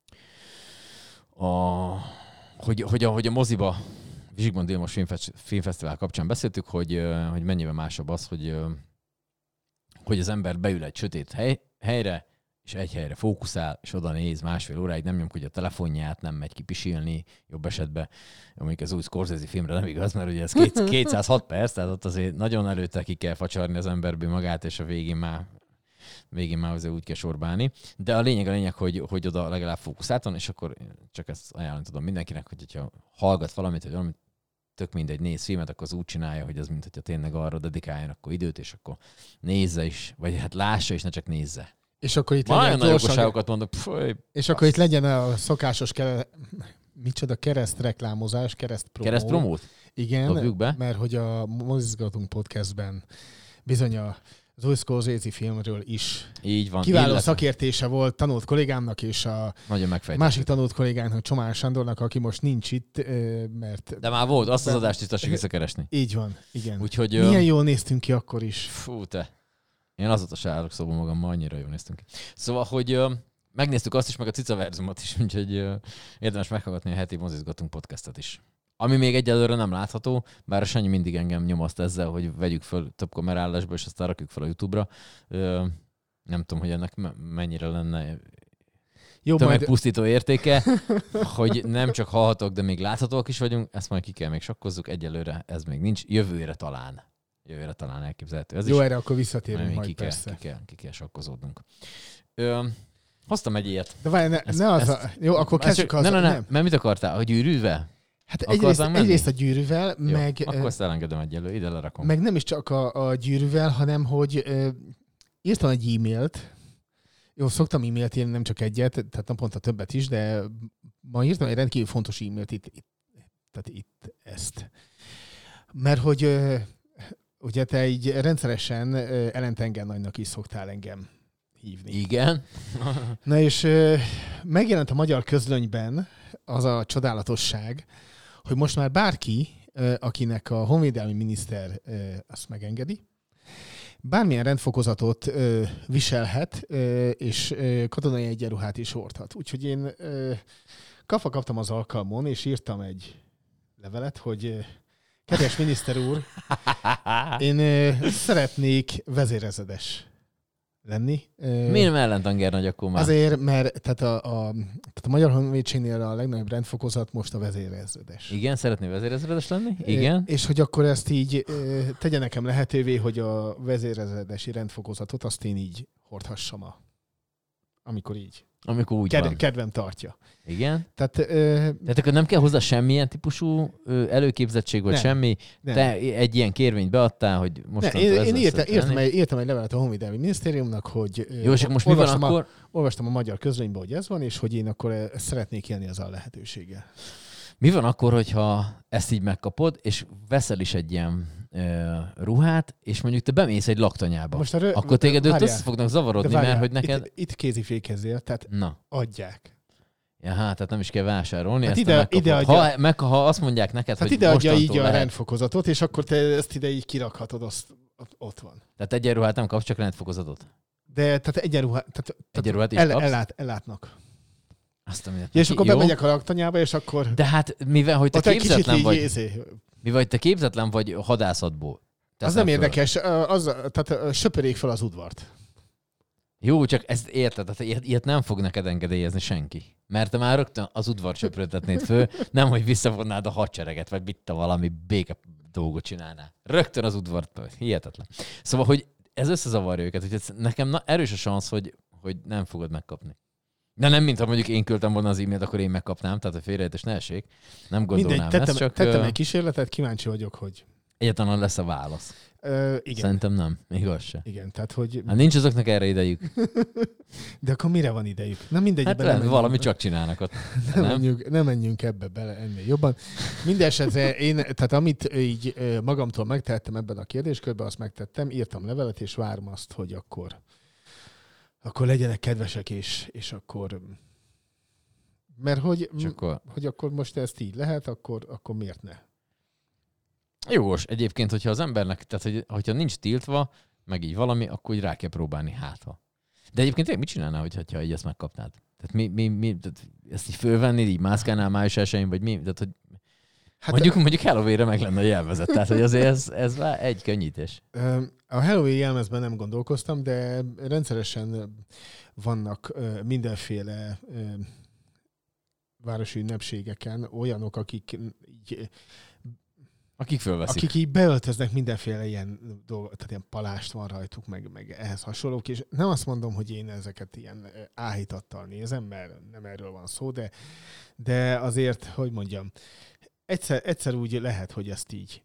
a hogy, hogy, a, hogy a moziba Zsigmond Vilmos Filmfest- Filmfesztivál kapcsán beszéltük, hogy, ö, hogy mennyivel másabb az, hogy, ö, hogy az ember beül egy sötét hely, helyre, és egy helyre fókuszál, és oda néz másfél óráig, nem nyomkodja a telefonját, nem megy ki pisilni, jobb esetben. Mondjuk az új Scorsese filmre nem igaz, mert ugye ez kétszázhat perc, tehát ott azért nagyon előtte ki kell facsarni az emberből magát, és a végén már végén már azért úgy kell sorbálni. De a lényeg a lényeg, hogy, hogy oda legalább fókuszáltan, és akkor csak ezt ajánlani tudom mindenkinek, hogy hogyha hallgat valamit, hogy valamit tök mindegy, néz filmet, akkor az úgy csinálja, hogy az mint hogyha tényleg arra dedikáljon akkor időt, és akkor nézze is, vagy hát lássa is, ne csak nézze. És akkor itt Nagyon legyen nagy gyorsan, okosságokat mondok. Pff, és akkor itt legyen a szokásos kere... micsoda kereszt reklámozás, kereszt promó. kereszt promót? Igen, Dobjuk be. mert hogy a Mozizgatunk podcastben bizony a az új Scorsese filmről is Így van. kiváló illetve szakértése volt tanult kollégámnak, és a nagyon megfejtett. másik tanult kollégának, Csomár Sándornak, aki most nincs itt, ö, mert... De már volt, azt az Ben- adást is tessék visszakeresni. Így van, igen. Úgyhogy... ö, Milyen jól néztünk ki akkor is. Fú, te. Én azóta se állok szóba magammal, annyira jól néztünk ki. Szóval, hogy ö, megnéztük azt is, meg a Cicaverzumot is, úgyhogy ö, érdemes meghallgatni a heti Mozizgatunk podcastet is. Ami még egyelőre nem látható, bár a Sanyi mindig engem nyomaszt ezzel, hogy vegyük föl több kamerállásba, és aztán rakjuk fel a YouTube-ra. Ö, nem tudom, hogy ennek me- mennyire lenne Jó, majd tömegpusztító értéke, hogy nem csak hallhatók, de még láthatók is vagyunk. Ezt majd ki kell még sakkozzuk. Egyelőre ez még nincs. Jövőre talán. Jövőre talán elképzelhető. Ez jó, is. erre akkor visszatérünk Majd majd ki kell, persze. ki, kell, ki kell sakkozódnunk. Ö, hoztam egy ilyet. De várj, ne, Ezt- ne az ezt- a... Jó, akkor Ezt kezdjük csak- az... Ne, ne, ne, nem. mert mit akartál? A gyűrűvel? Hát Akarsz egyrészt, menni? egyrészt a gyűrűvel, Jó, meg, akkor ö, ezt elengedem egyelő, ide lerakom. meg nem is csak a, a gyűrűvel, hanem hogy ö, írtam egy e-mailt. Jó, szoktam e-mailt írni, nem csak egyet, tehát naponta többet is, de ma írtam egy rendkívül fontos e-mailt itt, itt, tehát itt ezt. Mert hogy ö, ugye te így rendszeresen ö, Ellen Tengen nagynak is szoktál engem hívni. Igen. Na és ö, megjelent a magyar közlönyben az a csodálatosság, hogy most már bárki, ö, akinek a honvédelmi miniszter ö, azt megengedi, bármilyen rendfokozatot ö, viselhet, ö, és ö, katonai egyenruhát is hordhat. Úgyhogy én ö, kapva kaptam az alkalmon, és írtam egy levelet, hogy ö, kedves miniszter úr, én ö, szeretnék vezérezredes lenni. Ö, Miért ellentanger nagy akkor már? Azért, mert tehát a, a, tehát a Magyar Honvédségnél a legnagyobb rendfokozat most a vezérezredes. Igen, szeretné vezérezredes lenni? Igen. És hogy akkor ezt így ö, tegye nekem lehetővé, hogy a vezérezredesi rendfokozatot azt én így hordhassam, a, amikor így Amikor úgy Ked, van. kedvem tartja. Igen. Tehát ö, Tehát akkor nem kell hozzá semmilyen típusú ö, előképzettség, vagy Nem. semmi. nem. Te egy ilyen kérvényt beadtál, hogy most Ne, én, én írtam, írtam, egy, írtam egy levelet a Honvédelmi Minisztériumnak, hogy ö, Jó, és akkor most mi van olvastam, akkor? a, olvastam a magyar közlönyben, hogy ez van, és hogy én akkor ö, szeretnék élni azzal a lehetőséggel. Mi van akkor, hogyha ezt így megkapod, és veszel is egy ilyen ö, ruhát, és mondjuk te bemész egy laktanyába. Most a rö- Akkor téged őt várjál. össze fognak zavarodni, De várjál, mert hogy neked... Itt, itt kézifékezzél, tehát Na. adják. Ja, hát, tehát nem is kell vásárolni, Hát ezt ide- te ide megkapod. adja- Ha, meg, ha azt mondják neked, Hát hogy ide adja így mostantól a lehet, rendfokozatot, és akkor te ezt ide így kirakhatod, azt, ott- ott van. tehát egyenruhát nem kapsz, csak rendfokozatot. De tehát egyenruhát, tehát, Egyenruhát is el, kapsz? ellát, ellátnak. Azt a mindent. Ja, és akkor Jó. bemegyek a laktanyába, és akkor De hát mivel, hogy te ott egy kicsit képzetlen így vagy, ézé. mivel hogy te képzetlen vagy hadászatból, Az nem föl. Érdekes, az, tehát söpörjék fel az udvart. Jó, csak ezt érted, tehát ilyet, ilyet nem fog neked engedélyezni senki. Mert te már rögtön az udvart söprötetnéd föl, nem, hogy visszavonnád a hadsereget, vagy mit te valami béke dolgot csinálnál. Rögtön az udvart, hihetetlen. Szóval, hogy ez összezavarja őket, hogy ez nekem na, erős a szansz, hogy, hogy nem fogod megkapni. De nem, mintha mondjuk én küldtem volna az e-mailt, akkor én megkapnám, tehát a félreértés ne essék. Nem gondolnám Mindegy, tettem, ezt, csak... tettem egy kísérletet, kíváncsi vagyok, hogy... Egyáltalán lesz a válasz. Ö, igen. Szerintem nem, igaz se. Igen, tehát hogy... Hát nincs azoknak erre idejük. De akkor mire van idejük? Na mindegy. Hát lehet, valami csak csinálnak ott. Nem, nem? Menjünk, nem menjünk ebbe bele ennél jobban. Mindenesetre én, tehát amit így magamtól megtehettem ebben a kérdéskörben, azt megtettem, írtam levelet, és várom azt, hogy akkor, akkor legyenek kedvesek, és, és akkor... Mert hogy, akkor... hogy akkor most ezt így lehet, akkor, akkor miért ne? Jogos. Egyébként, hogyha az embernek, tehát hogy, hogyha nincs tiltva, meg így valami, akkor így rá kell próbálni hátha. De egyébként tényleg mit csinálnál, hogyha így ezt megkapnád? Tehát mi, mi, mi tehát ezt így fölvennéd, így mászkálnál május elsején, vagy mi? Tehát, hogy hát mondjuk, a... mondjuk Halloweenre meg lenne a jelmezet. Tehát, hogy azért ez, ez már egy könnyítés. A Halloween jelmezben nem gondolkoztam, de rendszeresen vannak mindenféle városi ünnepségeken olyanok, akik így Akik fölveszik. Akik így beöltöznek mindenféle ilyen dolgot, tehát ilyen palást van rajtuk, meg, meg ehhez hasonlók, és nem azt mondom, hogy én ezeket ilyen áhítattal nézem, mert nem erről van szó, de, de azért, hogy mondjam, egyszer, egyszer úgy lehet, hogy ezt így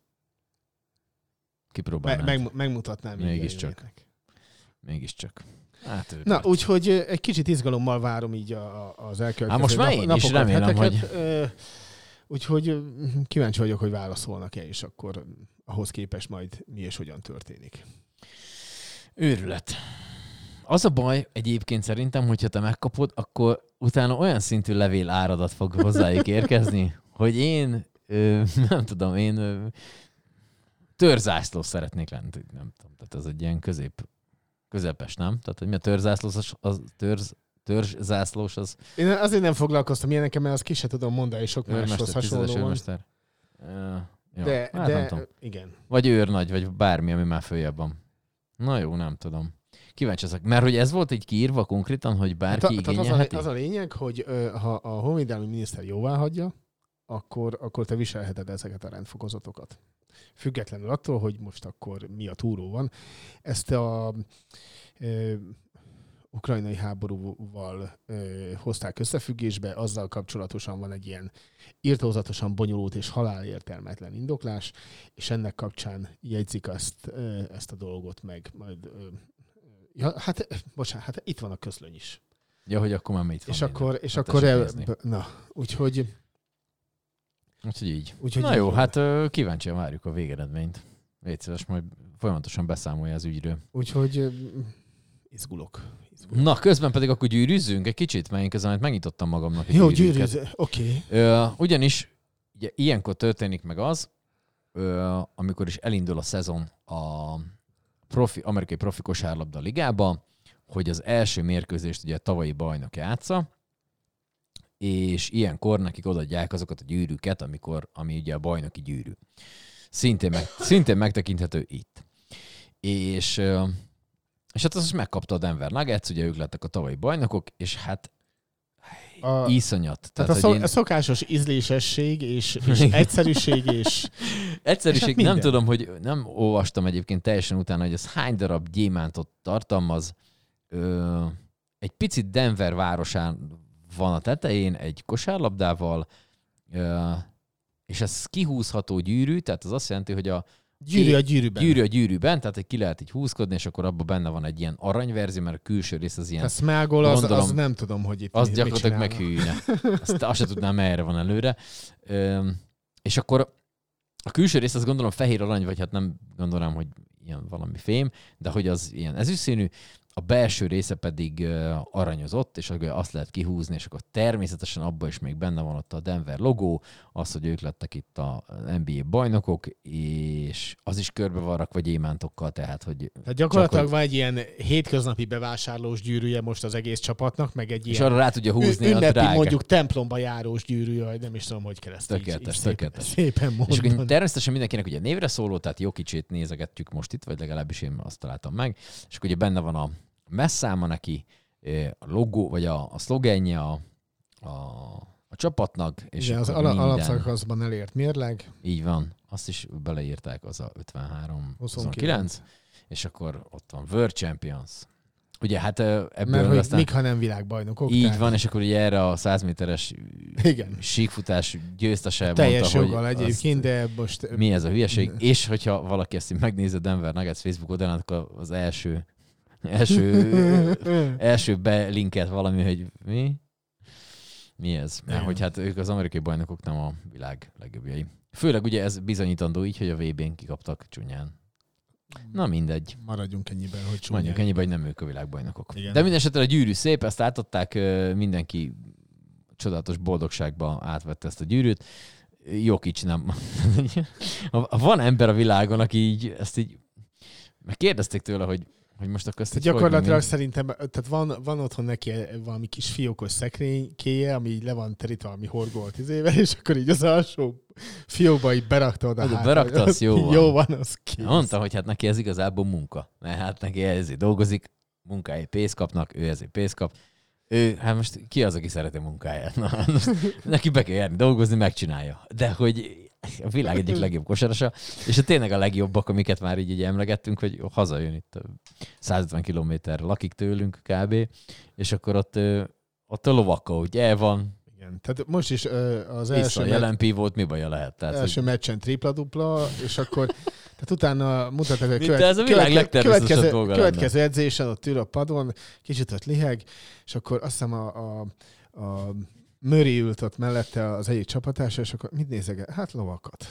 kipróbálnád. Me, meg, megmutatnám. Mégiscsak. Mégiscsak. Hát, Na, úgyhogy egy kicsit izgalommal várom így a, az elkövetkező hát most már én napokat, is remélem, heteket. hogy... Úgyhogy kíváncsi vagyok, hogy válaszolnak-e, és akkor ahhoz képest majd mi és hogyan történik. Őrület. Az a baj egyébként szerintem, hogyha te megkapod, akkor utána olyan szintű levél áradat fog hozzájuk érkezni, hogy én, ö, nem tudom, én ö, törzászló szeretnék lenni. Nem tudom, tehát ez egy ilyen közép, közepes, nem? Tehát, hogy mi a törzászlós, az, az törz, törzszászlós az... Én azért nem foglalkoztam ilyeneken, mert azt ki se tudom mondani, és sok máshoz hasonló van. Uh, jó, de, hát de nem tudom. Igen. Vagy őrnagy, vagy bármi, ami már följebb van. Na jó, nem tudom. Kíváncsi ezek. Mert hogy ez volt így kiírva konkrétan, hogy bárki hát, igényelheti? Az a, az a lényeg, hogy ha a honvédelmi miniszter jóvá hagyja, akkor, akkor te viselheted ezeket a rendfokozatokat. Függetlenül attól, hogy most akkor mi a túró van. Ezt a... E, ukrajnai háborúval ö, hozták összefüggésbe, azzal kapcsolatosan van egy ilyen irtózatosan bonyolult és halálértelmetlen indoklás, és ennek kapcsán jegyzik ezt, ö, ezt a dolgot meg. Majd, ö, ja, hát, bocsánat, hát itt van a közlöny is. Ja, hogy akkor már mit van. És én. akkor, és hát akkor el, na, úgyhogy... Úgyhogy így. Úgyhogy na így jó, van. hát ö, kíváncsian várjuk a végeredményt. Légy szíves, majd folyamatosan beszámolja az ügyről. Úgyhogy ö, izgulok. izgulok. Na, közben pedig akkor gyűrűzzünk egy kicsit, mert én közben megnyitottam magamnak egy Jó, gyűrűket. gyűrűz, oké. Okay. Ugyanis ugye, ilyenkor történik meg az, ö, amikor is elindul a szezon a profi, amerikai profi kosárlabda ligába, hogy az első mérkőzést ugye a tavalyi bajnok játsza, és ilyenkor nekik odaadják azokat a gyűrűket, amikor, ami ugye a bajnoki gyűrű. Szintén, meg, szintén megtekinthető itt. És, és hát azt megkapta a Denver Nuggets, ugye ők lettek a tavalyi bajnokok, és hát a, iszonyat. Tehát, tehát a, szok, én... a szokásos ízlésesség és, és egyszerűség és... Egyszerűség, és hát nem tudom, hogy nem olvastam egyébként teljesen utána, hogy ez hány darab gyémántot tartalmaz. Ö, egy picit Denver városán van a tetején egy kosárlabdával, ö, és ez kihúzható gyűrű, tehát az azt jelenti, hogy a gyűrű a gyűrűben. Gyűrű a gyűrűben, tehát egy ki lehet így húzkodni, és akkor abban benne van egy ilyen aranyverzió, mert a külső rész az ilyen... A Smagol, az, az nem tudom, hogy itt az mi, gyakorlatilag meghűlne. Azt, azt se tudnám, merre van előre. Ö, és akkor a külső rész azt gondolom fehér arany, vagy hát nem gondolom, hogy ilyen valami fém, de hogy az ilyen ezüstszínű, a belső része pedig uh, aranyozott, és akkor azt lehet kihúzni, és akkor természetesen abban is még benne van ott a Denver logó, az, hogy ők lettek itt a en bé á bajnokok, és az is körbe van rakva gyémántokkal, tehát, hogy... Tehát gyakorlatilag csak, van egy ilyen hétköznapi bevásárlós gyűrűje most az egész csapatnak, meg egy és ilyen arra rá tudja húzni ünnepi, a drága. mondjuk templomba járós gyűrűje, vagy nem is tudom, hogy kell ezt Tökéletes, így, így tökéletes. szépen, szépen És akkor mondani. természetesen mindenkinek ugye névre szóló, tehát jó kicsit nézegetjük most itt, vagy legalábbis én azt találtam meg, és akkor ugye benne van a messzáma neki, a logó, vagy a, a szlogenje a, a, a csapatnak. És igen, az akkor ala, minden, alapszakaszban elért mérleg. így van, azt is beleírták, az a ötvenhárom huszonkilenc, és akkor ott van World Champions. Ugye hát ebből Mert hogy aztán... mik, ha nem világbajnokok. Így tehát... van, és akkor ugye erre a száz méteres igen. síkfutás győztese teljes mondta, joggal hogy egyébként, de most... mi ez a hülyeség, és hogyha valaki ezt így megnézi a Denver Nuggets Facebook oldalán, akkor az első első, első belinket valami, hogy mi? Mi ez? Mert hogy hát ők az amerikai bajnokok nem a világ legjobbjai. Főleg ugye ez bizonyítandó így, hogy a vé bén kikaptak csúnyán. Na mindegy. Maradjunk ennyiben, hogy csúnyán. Mondjuk ennyiben, hogy nem ők a világbajnokok. Igen. De minden esetre a gyűrű szép, ezt átadták, mindenki csodálatos boldogságba átvette ezt a gyűrűt. Jokic nem. Van ember a világon, aki így ezt így megkérdezték tőle, hogy hogy most akkor ezt gyakorlatilag szerintem, tehát van, van otthon neki valami kis fiókos szekrénykéje, ami így le van terítve valami horgolt izével, és akkor így az alsó fiókba így berakta oda. Hát, berakta, az jó van. Jó van, az kész. Mondta, hogy hát neki ez igazából munka. Mert hát neki ezért dolgozik, munkáért pénzt kapnak, ő ezért pénzt kap. Ő, hát most ki az, aki szereti munkáját? Na, neki be kell járni dolgozni, megcsinálja. De hogy a világ egyik legjobb kosarasa, és tényleg a legjobbak, amiket már így, így emlegettünk, hogy hazajön itt százötven kilométer lakik tőlünk kb. És akkor ott, ott a lovakkal úgy el van. Igen, tehát most is az Vissza első... a jelen pivót, mi baja lehet? Tehát, első hogy... meccsen tripla-dupla, és akkor tehát utána mutattak, hogy követ, ez a világ legtermészetesebb dolga következő edzésen ott ül a padon, kicsit ott liheg, és akkor azt hiszem a, a, a Murray ült ott mellette az egyik csapatársa, és akkor mit nézeg? Hát lovakat.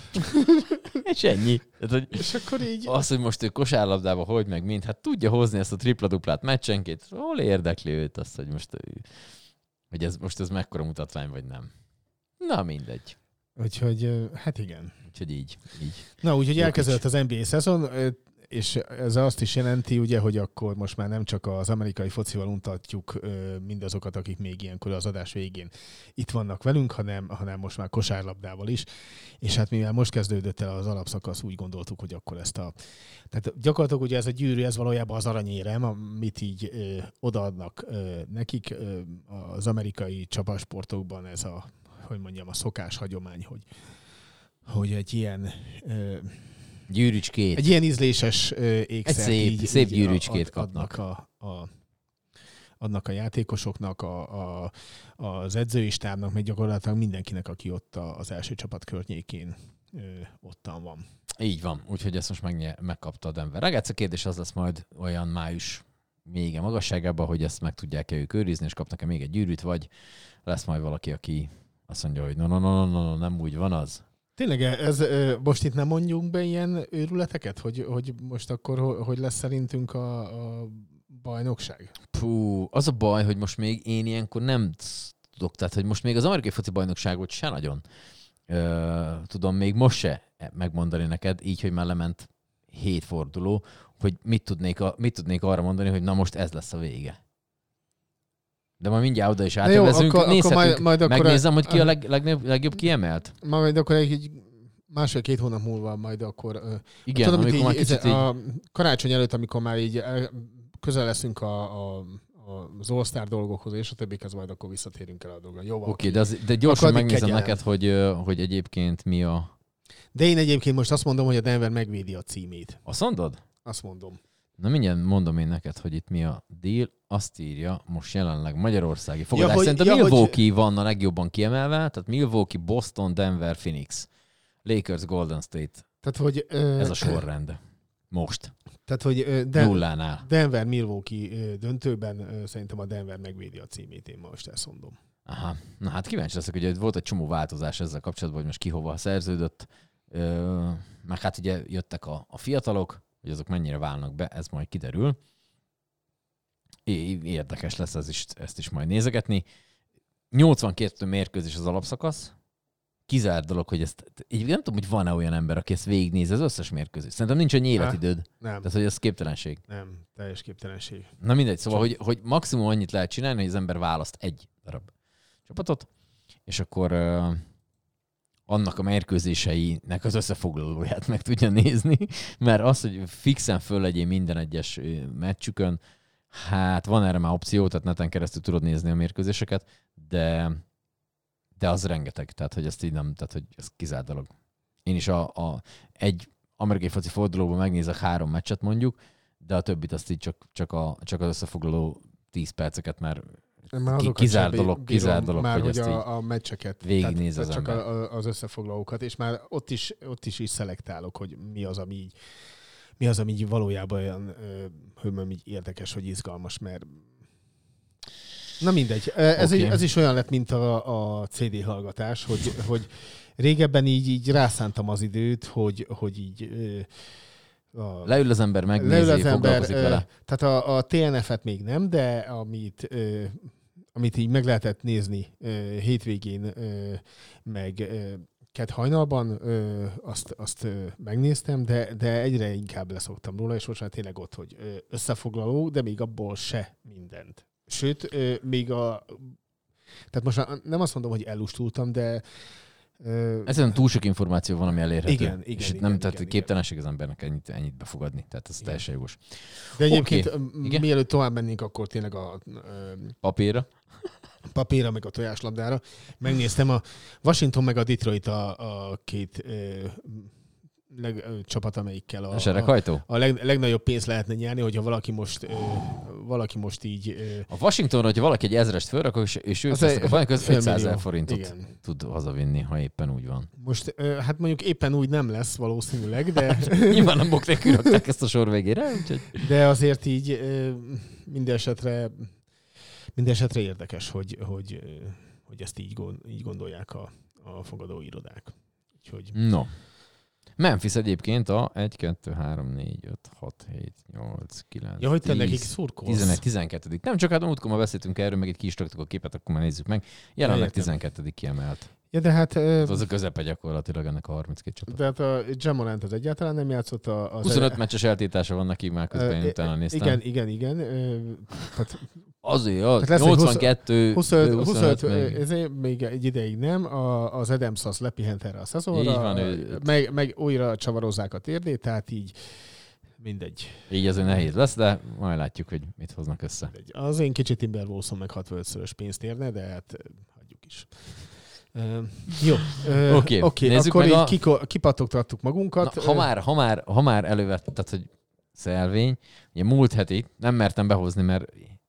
És ennyi. Tehát, hogy és akkor így... Az, hogy most ő kosárlabdába hogy meg mind, hát tudja hozni ezt a tripla-duplát meccsenként, hol érdekli őt azt, hogy most, hogy ez, most ez mekkora mutatvány, vagy nem. Na, mindegy. Úgyhogy, hát igen. Úgyhogy így. így. Na, úgyhogy elkezdődött az en bé á szezon, és ez azt is jelenti, ugye, hogy akkor most már nem csak az amerikai focival untatjuk mindazokat, akik még ilyenkor az adás végén itt vannak velünk, hanem, hanem most már kosárlabdával is. És hát mivel most kezdődött el az alapszakasz, úgy gondoltuk, hogy akkor ezt a... Tehát gyakorlatilag ugye ez a gyűrű, ez valójában az aranyérem, amit így ö, odaadnak ö, nekik. Ö, az amerikai csapasportokban ez a, hogy mondjam, a szokás hagyomány, hogy, hogy egy ilyen... Ö, gyűrűcskét. Egy ilyen ízléses ö, ékszert. Egy szép, így, szép így gyűrűcskét ad, kapnak. A, a, adnak a játékosoknak, a, a, az edzői stábnak, meg gyakorlatilag mindenkinek, aki ott az első csapat környékén ö, ottan van. Így van, úgyhogy ezt most meg, megkapta a Denver Nuggets. A kérdés az lesz majd olyan május még a magasságában, hogy ezt meg tudják-e ők őrizni, és kapnak-e még egy gyűrűt, vagy lesz majd valaki, aki azt mondja, hogy no, no, no, no, no nem úgy van az. Tényleg, ez, most itt nem mondjunk be ilyen őrületeket, hogy, hogy most akkor hogy lesz szerintünk a, a bajnokság? Pú, az a baj, hogy most még én ilyenkor nem tudok, tehát hogy most még az amerikai foci bajnokságot se nagyon ö, tudom még most se megmondani neked, így, hogy már lement hét forduló, hogy mit tudnék, a, mit tudnék arra mondani, hogy na most ez lesz a vége. De majd mindjárt oda is átevezünk, akkor, nézhetünk, akkor majd, majd akkor megnézem, hogy ki a leg, legjobb, legjobb kiemelt. Majd akkor egy másfél-két hónap múlva majd akkor... Igen, tudom, amikor így, már kicsit így... A karácsony előtt, amikor már így közel leszünk a, a, az All-Star dolgokhoz, és a többikhez majd akkor visszatérünk el a dolgra. Jó, Oké, okay, de, az, de gyorsan akkor megnézem kegyelem. neked, hogy, hogy egyébként mi a... De én egyébként most azt mondom, hogy a Denver megvédi a címét. Azt mondod? Azt mondom. Na mindjárt mondom én neked, hogy itt mi a deal. Azt írja most jelenleg magyarországi fogadás. Ja, hogy- Szerintem ja, Milwaukee hogy... van a legjobban kiemelve, tehát Milwaukee, Boston, Denver, Phoenix, Lakers, Golden State. Tehát, hogy... Ö, Ez a sorrend. Most. Tehát, hogy ö, Den- Nullánál. Denver Milwaukee ö, döntőben ö, szerintem a Denver megvédi a címét, én most ezt mondom. Aha. Na hát kíváncsi leszek, hogy volt egy csomó változás ezzel kapcsolatban, hogy most ki hova szerződött. Ö, meg hát ugye jöttek a, a fiatalok, hogy azok mennyire válnak be, ez majd kiderül. Érdekes lesz ez is, ezt is majd nézegetni. nyolcvankettő mérkőzés az alapszakasz. Kizárt dolog, hogy ezt... Így nem tudom, hogy van-e olyan ember, aki ezt végignéz az összes mérkőzést. Szerintem nincs annyi életidőd. Nem. Tehát, hogy ez képtelenség. Nem, teljes képtelenség. Na mindegy, szóval, hogy, hogy maximum annyit lehet csinálni, hogy az ember választ egy darab csapatot, és akkor uh, annak a mérkőzéseinek az összefoglalóját meg tudja nézni, mert az, hogy fixen föl legyél minden egyes meccsükön, hát van erre már opció, tehát neten keresztül tudod nézni a mérkőzéseket, de, de az rengeteg, tehát hogy ezt így nem, tehát hogy ez kizárt dolog. Én is a, a egy amerikai foci fordulóban megnézek három meccset mondjuk, de a többit azt így csak, csak, a, csak az összefoglaló tíz perceket már kizár dolog, kizár dolog, már, hogy, hogy ezt a, a meccseket végignéz az csak ember. a, az összefoglalókat, és már ott is, ott is is szelektálok, hogy mi az, ami így, mi az, ami így valójában olyan, hogy így érdekes, hogy izgalmas, mert na mindegy. Ez, okay. ez is olyan lett, mint a, a cé dé hallgatás, hogy, hogy régebben így, így rászántam az időt, hogy, hogy így A, leül az ember, megnézi, az foglalkozik ember, vele. Tehát a, a té en ef-et még nem, de amit, ö, amit így meg lehetett nézni ö, hétvégén, ö, meg ö, kedd hajnalban, ö, azt, azt ö, megnéztem, de, de egyre inkább leszoktam róla, és most már tényleg ott, hogy ö, összefoglaló, de még abból se mindent. Sőt, ö, még a... Tehát most már nem azt mondom, hogy ellustultam, de ezen túl sok információ van, ami elérhető. Igen, igen, és igen, nem, igen, tehát igen, képtelenség az embernek ennyit, ennyit befogadni. Tehát ez igen. teljesen jogos. De egyébként okay. mielőtt tovább mennénk, akkor tényleg a... Papírra. Papírra, meg a tojáslabdára. Megnéztem a Washington meg a Detroit a, a két ö, leg, ö, csapat, amelyikkel a, a, a leg, legnagyobb pénzt lehetne nyerni, hogyha valaki most, ö, valaki most így... Ö, a Washingtonra, hogyha valaki egy ezrest fölrak, és, és ők lesznek a bajok, az ötszázezer forintot igen. tud hazavinni, ha éppen úgy van. Most, ö, hát mondjuk éppen úgy nem lesz valószínűleg, de... Nyilván a bok nélkül rakták ezt a sor végére, úgyhogy... De azért így ö, minden esetre minden esetre érdekes, hogy, hogy, hogy ezt így, gond, így gondolják a, a fogadóirodák. Úgyhogy... No. Memphis egyébként a egy, kettő, három, négy, öt, hat, hét, nyolc, kilenc, ja, hogy te nekik szurkolsz. tizenegy, tizenkettő. Nem csak hát a múltkor ma beszéltünk erről, meg itt ki is raktuk a képet, akkor már nézzük meg. Jelenleg tizenkettedik kiemelt. Ja, de hát... Ez az a közepe gyakorlatilag ennek a harminckét csapat. De hát a Ja Morant az egyáltalán nem játszott. A, az huszonöt meccses eltítása van neki már közben, én utána néztem. Igen, igen, igen. Hát, azért, az. nyolcvankettő, huszonöt, huszonöt, huszonöt ez még. még egy ideig nem. A, az Adams az lepihent erre a szezonra. Így van, ő... meg, meg újra csavarozzák a térdét, tehát így mindegy. Így azért nehéz lesz, de majd látjuk, hogy mit hoznak össze. Mindegy. Az én kicsit Timberwolveson meg hatvanötszörös pénzt érne, de hát hagyjuk is. Uh, jó, uh, oké, okay. okay, akkor így a... kiko, kipattogtattuk magunkat. Na, ha, már, ha, már, ha már elővetted, hogy szelvény, ugye múlt heti nem mertem behozni, mert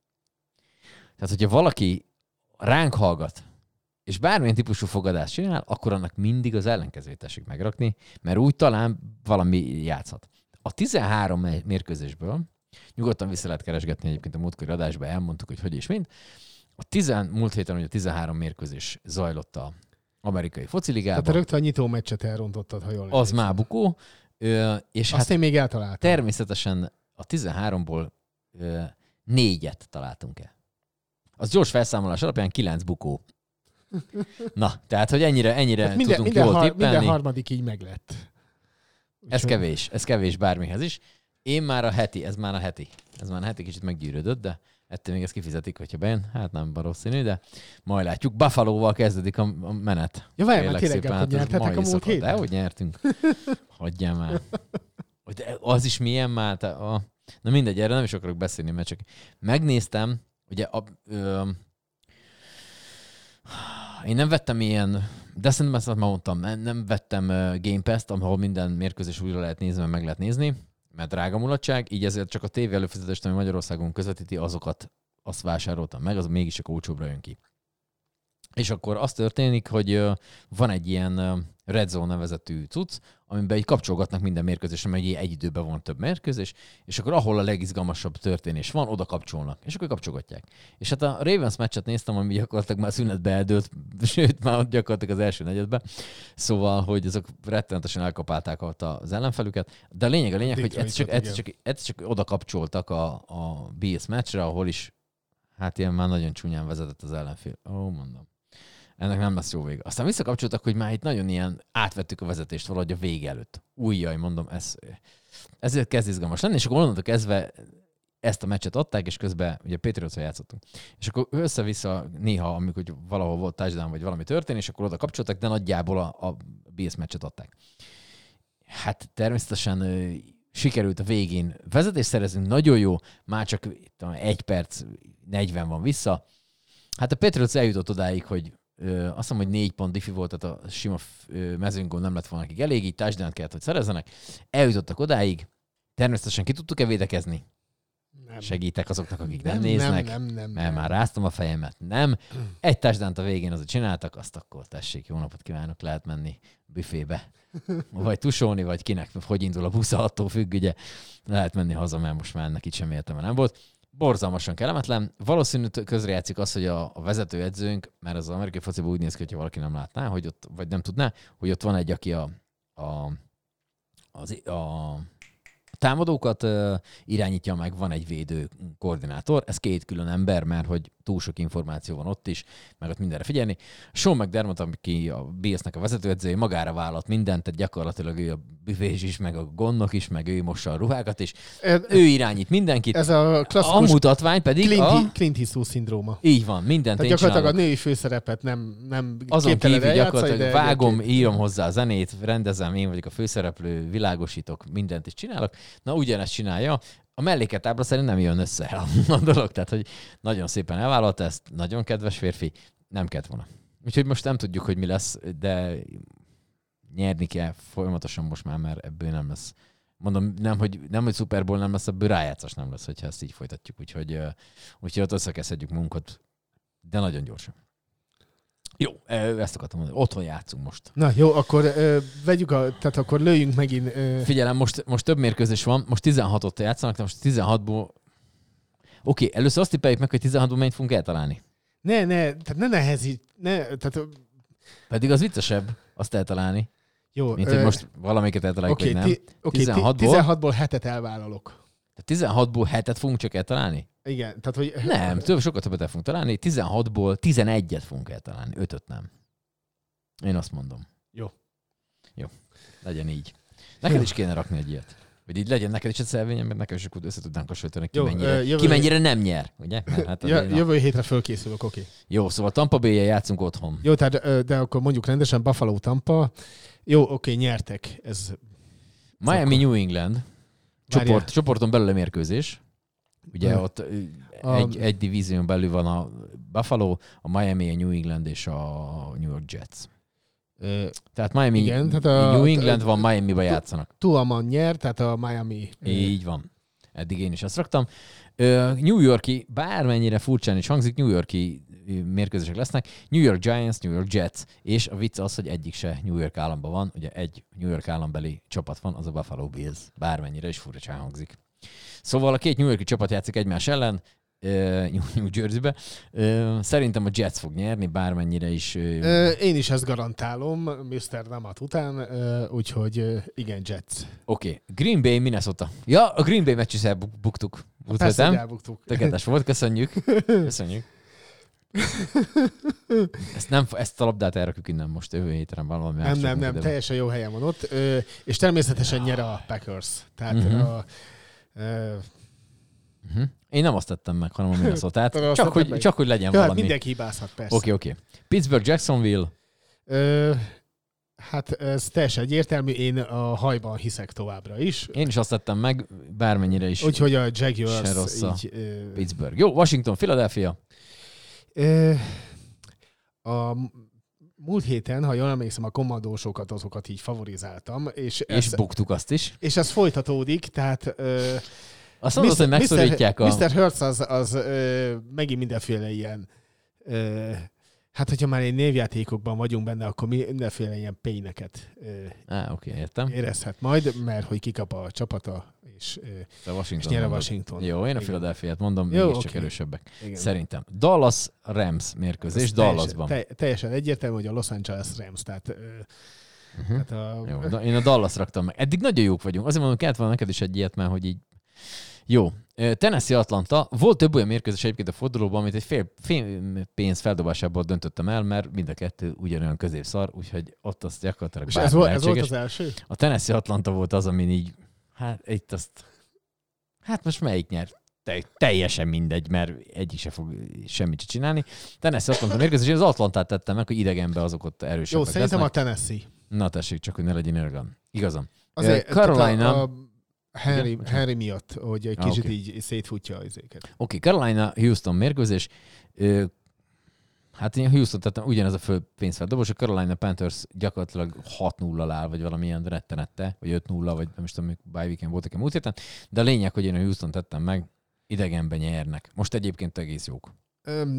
tehát, hogyha valaki ránk hallgat, és bármilyen típusú fogadást csinál, akkor annak mindig az ellenkezőjét tessék megrakni, mert úgy talán valami játszhat. A tizenhárom mérkőzésből, nyugodtan vissza lehet keresgetni egyébként a múltkori adásban, elmondtuk, hogy hogy és mind, A tizen, múlt héten ugye tizenhárom mérkőzés zajlott a amerikai fociligában. Tehát rögtön a nyitó meccset elrontottad, ha jól Az már bukó. És azt hát én még eltaláltam. Természetesen a tizenháromból négyet találtunk el. Az gyors felszámolás alapján kilenc bukó. Na, tehát, hogy ennyire, ennyire hát minden, tudunk minden jól har, tippelni. Minden harmadik így meglett. Úgy ez kevés, ez kevés bármihez is. Én már a heti, ez már a heti. Ez már a heti kicsit meggyűrődött, de ettől még ezt kifizetik, hogyha bejön. Hát nem valószínű, de majd látjuk. Buffalo-val kezdődik a menet. Ja, várj, már tényleg, hogy nyertetek a múlt héten? De hogy nyertünk. Hagyjál már. De az is milyen már. A... Na mindegy, erre nem is akarok beszélni, mert csak megnéztem, ugye a, ö... én nem vettem ilyen, de szerintem ezt már mondtam, nem vettem Game Pass-t, ahol minden mérkőzés újra lehet nézni, mert meg lehet nézni, mert drága mulatság, így ezért csak a tévé előfizetést, ami Magyarországon közvetíti, azokat azt vásároltam meg, az mégis csak olcsóbbra jön ki. és akkor az történik, hogy van egy ilyen Red Zone nevezetű cucc, amiben így kapcsolgatnak minden mérkőzésre, mert egy időben van több mérkőzés, és akkor ahol a legizgalmasabb történés van, oda kapcsolnak, és akkor kapcsolgatják. És hát a Ravens meccset néztem, ami gyakorlatilag már szünetbe eldőlt, sőt, már gyakorlatilag az első negyedben, szóval, hogy azok rettenetesen elkapálták az ellenfelüket, de a lényeg a lényeg, hogy egyszer csak, egyszer csak, egyszer csak oda kapcsoltak a, a Bills meccsre, ahol is hát ilyen már nagyon csúnyán vezetett az ellenfél. Ó, mondom. Ennek nem lesz jó vége. Aztán visszakapcsoltak, hogy már itt nagyon ilyen átvettük a vezetést valahogy a vége előtt. Újjaj, mondom, ez, ezért kezd izgalmas lenni, és akkor onnantól kezdve ezt a meccset adták, és közben ugye Patriots-ra játszottunk. És akkor össze-vissza néha, amikor valahol volt touchdown, vagy valami történt, és akkor oda kapcsoltak, de nagyjából a, a Bills meccset adták. Hát természetesen sikerült a végén vezetést szerezünk, nagyon jó, már csak egy perc, negyven van vissza. Hát a Patriots eljutott odáig, hogy Ö, azt mondom, hogy négy pont diffi volt, tehát a sima mezőnygól nem lett volna nekik elég, így touchdown kellett, hogy szerezzenek. Eljutottak odáig, természetesen ki tudtuk-e védekezni? Nem. Segítek azoknak, akik nem, nem néznek, nem, nem, nem, mert nem. már ráztam a fejemet. Nem. Egy touchdown-t a végén azért csináltak, azt akkor tessék, jó napot kívánok, lehet menni büfébe. Vagy tusolni, vagy kinek, hogy indul a busza, attól függ, ugye lehet menni haza, mert most már ennek itt sem értelme nem volt. Borzalmasan kellemetlen. Valószínű közrejátszik az, hogy a, a vezetőedzőnk, mert az amerikai fociban úgy néz ki, hogyha valaki nem látná, hogy ott, vagy nem tudná, hogy ott van egy, aki a, a, az, a támadókat uh, irányítja meg, van egy védő koordinátor. Ez két külön ember, mert hogy túl sok információ van ott is, meg ott mindenre figyelni. Sean McDermott, aki a Billsnek a vezetőedzője, magára vállalt mindent, tehát gyakorlatilag ő a büfés is, meg a gondnok is, meg ő mossa a ruhákat is. Ez, ő irányít mindenkit. Ez a klasszikus a mutatvány pedig Clint, a... Clint Eastwood szindróma. Így van, mindent tehát én gyakorlatilag csinálok. a női főszerepet nem, nem azon kívül gyakorlatilag de vágom, egyébként... írom hozzá a zenét, rendezem, én vagyok a főszereplő, világosítok, mindent is csinálok. Na ugyanezt csinálja. A melléketábla szerint nem jön össze a dolog, tehát hogy nagyon szépen elvállalta ezt, nagyon kedves férfi, nem kellett volna. Úgyhogy most nem tudjuk, hogy mi lesz, de nyerni kell folyamatosan most már, mert ebből nem lesz. Mondom, nem, hogy, nem, hogy Super Bowl nem lesz, ebből rájátszás nem lesz, hogyha ezt így folytatjuk. Úgyhogy, úgyhogy ott összekezdhetjük munkat, de nagyon gyorsan. Jó, ezt akartam mondani. Otthon játszunk most. Na jó, akkor ö, vegyük a, tehát akkor lőjünk megint. Ö... Figyelem, most, most több mérkőzés van, most tizenhatot játszanak, de most tizenhatból... Oké, okay, először azt tippeljük meg, hogy tizenhatból mennyit fogunk eltalálni. Ne, ne, tehát ne nehezít, ne, tehát... Pedig az viccesebb azt eltalálni, jó, mint ö... hogy most valamelyiket eltaláljuk, okay, vagy nem. Ti, okay, tizenhatból... tizenhatból hetet elvállalok. Tehát tizenhatból hetet fogunk csak eltalálni? Igen, tehát hogy... Nem, több, sokkal többet el fogunk találni. tizenhatból tizenegyet fogunk eltalálni, ötöt nem. Én azt mondom. Jó. Jó, legyen így. Neked is kéne rakni egy ilyet. Vagy így legyen neked is egy szelvényem, mert nekem is akkor össze tudnánk hasonlítani, ki, Jó, mennyire, jövő... ki mennyire nem nyer. Ugye? Hát jövő hétre fölkészülök, oké. Okay. Jó, szóval Tampa Bay-jel játszunk otthon. Jó, tehát, de akkor mondjuk rendesen Buffalo Tampa. Jó, oké, okay, nyertek. Ez... Miami New England. Csoport, csoporton belül a mérkőzés. Ugye hmm. ott a... egy, egy divízión belül van a Buffalo, a Miami, a New England és a New York Jets. Ö, tehát Miami, igen, tehát a, New England van, Miami-ba játszanak. Tuaman nyer, tehát a Miami. Így van. Eddig én is ezt raktam. New Yorki, bármennyire furcsán is hangzik, New Yorki mérkőzések lesznek. New York Giants, New York Jets, és a vicc az, hogy egyik se New York államban van. Ugye egy New York állambeli csapat van, az a Buffalo Bills. Bármennyire is furcsán hangzik. Szóval a két New Yorki csapat játszik egymás ellen, New Jerseybe. Szerintem a Jets fog nyerni, bármennyire is. Én is ezt garantálom, miszter Namat után, úgyhogy igen, Jets. Oké. Okay. Green Bay, Minnesota. Ja, a Green Bay meccs is elbuktuk. Persze, hogy elbuktuk. Tökéletes volt, köszönjük. Köszönjük. Ezt, nem, ezt a labdát elrakjuk innen most jövő hétre valami. Nem, nem, nem, teljesen jó helyen van ott. És természetesen nyer a Packers. Tehát uh-huh. a... Uh-huh. Én nem azt tettem meg, hanem a Minnesota-t. Csak, hogy, csak hogy legyen ja, valami. Mindenki hibázhat, persze. Oké, okay, oké. Okay. Pittsburgh, Jacksonville. Ö, hát ez teljesen egyértelmű. Én a hajban hiszek továbbra is. Én is azt tettem meg, bármennyire is. Úgyhogy a Jaguars így... Ö... Pittsburgh. Jó, Washington, Philadelphia. Ö, a múlt héten, ha jól emlékszem, a kommandósokat, azokat így favorizáltam. És, és ez, buktuk azt is. És ez folytatódik, tehát... Ö, Azt mondod, hogy megszorítják a... miszter Hurts az, az ö, megint mindenféle ilyen ö, Hát, hogyha már egy névjátékokban vagyunk benne, akkor mindenféle ilyen pényeket Á, oké, értem. érezhet majd, mert hogy kikap a csapata, és, és nyer a Washington. Jó, én a Philadelphiát mondom, Jó, mégiscsak okay. erősebbek. Igen. Szerintem. Dallas-Rams mérkőzés Ez Dallasban. Teljesen, te, teljesen egyértelmű, hogy a Los Angeles Rams, tehát... Uh-huh. tehát a... Jó, én a Dallas raktam meg. Eddig nagyon jók vagyunk. Azért mondom, kellett volna neked is egy ilyet, mert hogy így... Jó. Tennessee Atlanta. Volt több olyan mérkőzés egyébként a fordulóban, amit egy fél, fél pénz feldobásából döntöttem el, mert mind a kettő ugyanolyan középszar, úgyhogy ott azt gyakorlatilag és bármi ez volt, ez volt lehetséges. az első? A Tennessee Atlanta volt az, amin így, hát itt azt, hát most melyik nyer? Te, teljesen mindegy, mert egyik se fog semmit se csinálni. Tennessee Atlanta mérkőzés, én az Atlantát tettem meg, hogy idegenben azok ott erősebbek Jó, szerintem lesznek. a Tennessee. Na tessék, csak hogy ne legyen irgalom. Igazam. Azért, Carolina... A, a Henry, Igen? Henry miatt, hogy egy Ah, kicsit okay. így szétfutja az éket. Oké, okay, Carolina-Houston mérkőzés. Ö, hát én Houston tettem ugyanez a föl pénzfeldobós, a Carolina Panthers gyakorlatilag hat nulla áll, vagy valamilyen rettenette, vagy öt nulla, vagy nem is tudom, bye weekend voltak a múlt héten, de a lényeg, hogy én a Houston tettem meg, idegenben nyernek. Most egyébként egész jók. Öm,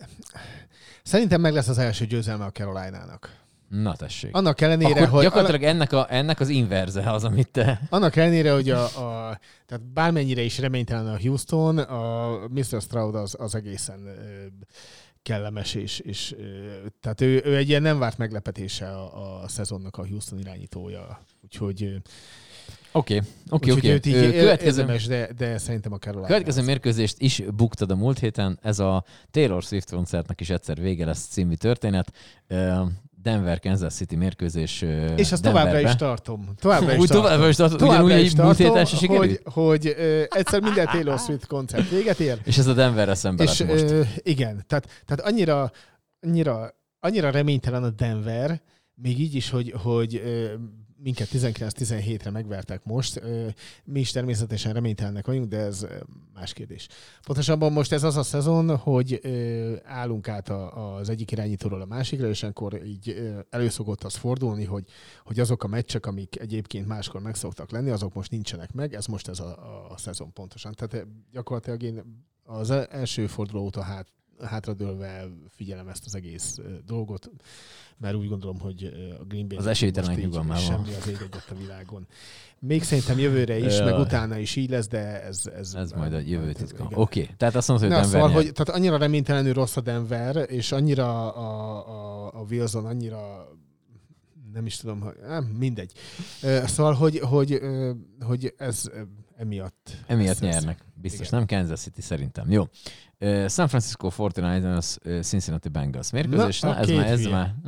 szerintem meg lesz az első győzelme a Carolinának. Na tessék. Annak ellenére, Akkor hogy... gyakorlatilag ennek, a, ennek az inverze az, amit te... Annak ellenére, hogy a, a, tehát bármennyire is reménytelen a Houston, a miszter Stroud az, az egészen ö, kellemes, és, és ö, tehát ő, ő egy ilyen nem várt meglepetése a, a szezonnak a Houston irányítója. Úgyhogy Oké, oké, úgyhogy oké. őt így Következő, érdemes, de, de szerintem a Carolina. következő mérkőzést is buktad a múlt héten. Ez a Taylor Swift koncertnek is egyszer vége lesz című történet. Denver Kansas City mérkőzés És azt Denverbe. továbbra is tartom. Továbbra is Úgy tartom. továbbra is tartom. Továbbra Ugyanúgy is egy múlt héten tartom, se sikerült? hogy, hogy ö, egyszer minden Taylor Swift koncert véget ér. És ez a Denverre szemben És lett most. ö, igen, tehát, tehát annyira, annyira, annyira reménytelen a Denver, még így is, hogy, hogy ö, minket tizenkilenc tizenhétre megvertek most. Ö, mi is természetesen reménytelenek vagyunk, de ez ö, más kérdés. Pontosabban most ez az a szezon, hogy ö, állunk át a, az egyik irányítóról a másikra, és akkor így ö, előszokott az fordulni, hogy, hogy azok a meccsek, amik egyébként máskor meg szoktak lenni, azok most nincsenek meg, ez most ez a, a szezon pontosan. Tehát gyakorlatilag én az első forduló óta hát, hátradőlve figyelem ezt az egész dolgot, mert úgy gondolom, hogy a Green Bay Az esélytelenek nyugalmával. semmi az ég egyet a világon. Még szerintem jövőre is, Jaj. meg utána is így lesz, de ez... Ez, Ez majd a jövő titka. igen. Oké, okay. Tehát azt mondod, hogy Na, Denver szóval, nyer. hogy, tehát annyira reménytelenül rossz a Denver, és annyira a, a, a Wilson annyira nem is tudom, hogy, nem, mindegy. Szóval, hogy, hogy, hogy ez emiatt... Emiatt ez, nyernek. Biztos, igen. nem Kansas City szerintem. Jó. Uh, San Francisco negyvenkilencesek uh, Cincinnati Bengals mérkőzés. Na, Na, Na ez két már, ez hülye. már.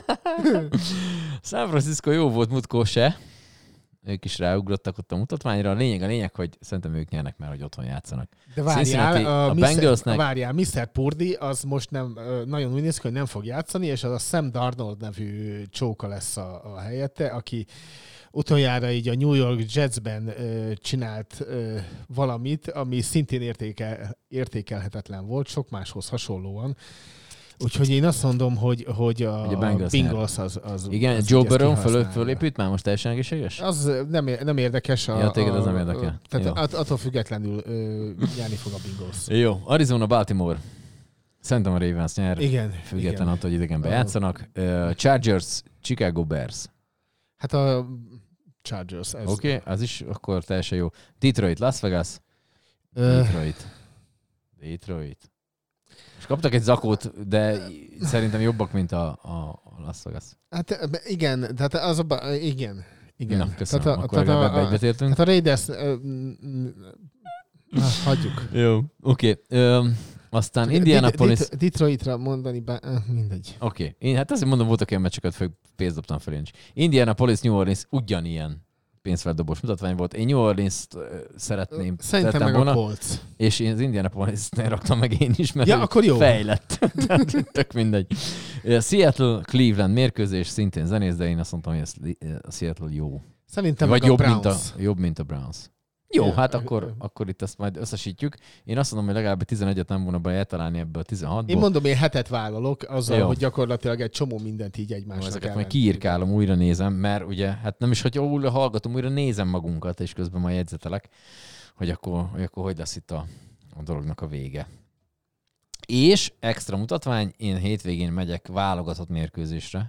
San Francisco jó volt múltkor se. Ők is ráugrottak ott a mutatványra. A lényeg, a lényeg, hogy szerintem ők nyernek már, hogy otthon játszanak. De várjál, Cincinnati, a, a mister Bengalsnek... várjál, mister Purdy az most nem, ö, nagyon úgy néz ki, hogy nem fog játszani, és az a Sam Darnold nevű csóka lesz a, a helyette, aki utoljára így a New York Jetsben ö, csinált ö, valamit, ami szintén értékel, értékelhetetlen volt, sok máshoz hasonlóan. Úgyhogy én azt mondom, hogy, hogy a, Hogy a Bengals a Bengals az, az... Igen, az Joe így ezt Burrow föl, kihasználja. fölépült már most teljesen egészséges? Az nem, nem érdekes. A, Ja, téged az a- nem érdekel. Tehát Jó. at, attól függetlenül ö, nyerni fog a Bengals. Jó, Arizona, Baltimore. Szerintem a Ravens nyer. Igen. Független igen. attól, hogy idegenben A- játszanak. Uh, Chargers, Chicago Bears. Hát a Chargers. Ez, Oké, okay, az is akkor teljesen jó. Detroit, Las Vegas. Ö, Detroit. Detroit. És kaptak egy zakót, de szerintem jobbak, mint a, a a Las Vegas. Hát igen, tehát az a... ba- Igen. Igen. Na, köszönöm. Tehát a, Akkor tehát legalább a, a, egyetértünk. tehát a Raiders... ö, mm, mm, na, hagyjuk. Jó, oké. Okay. Aztán Indianapolis... Det- Det- Detroitra mondani, bá, ö, mindegy. Oké. Okay. Én hát azért mondom, voltak olyan meccseket, fő pénzt dobtam fel én is. Indianapolis, New Orleans ugyanilyen pénzfeldobós mutatvány volt. Én New Orleans-t uh, szeretném. Szerintem tettem meg volna, a Colts. és én az Indianapolis-t raktam meg én is, mert Ja, ő akkor jó. fejlett. Tehát tök mindegy. Seattle-Cleveland mérkőzés, szintén zenész, de én azt mondtam, hogy ez a Seattle jó. Szerintem Vagy meg jobb a mint, a, Browns. jobb, mint a Browns. Jó, Ja. hát akkor, akkor itt ezt majd összesítjük. Én azt mondom, hogy legalább tizenegyet nem volna baj eltalálni ebből a tizenhatból. Én mondom, én hetet vállalok, azzal, Jó. hogy gyakorlatilag egy csomó mindent így Jó, egymásnak ezeket ellen- majd kiírkálom, újra nézem, mert ugye, hát nem is, hogy újra hallgatom, újra nézem magunkat, és közben majd jegyzetelek, hogy akkor hogy, akkor hogy lesz itt a, a dolognak a vége. És extra mutatvány, én hétvégén megyek válogatott mérkőzésre.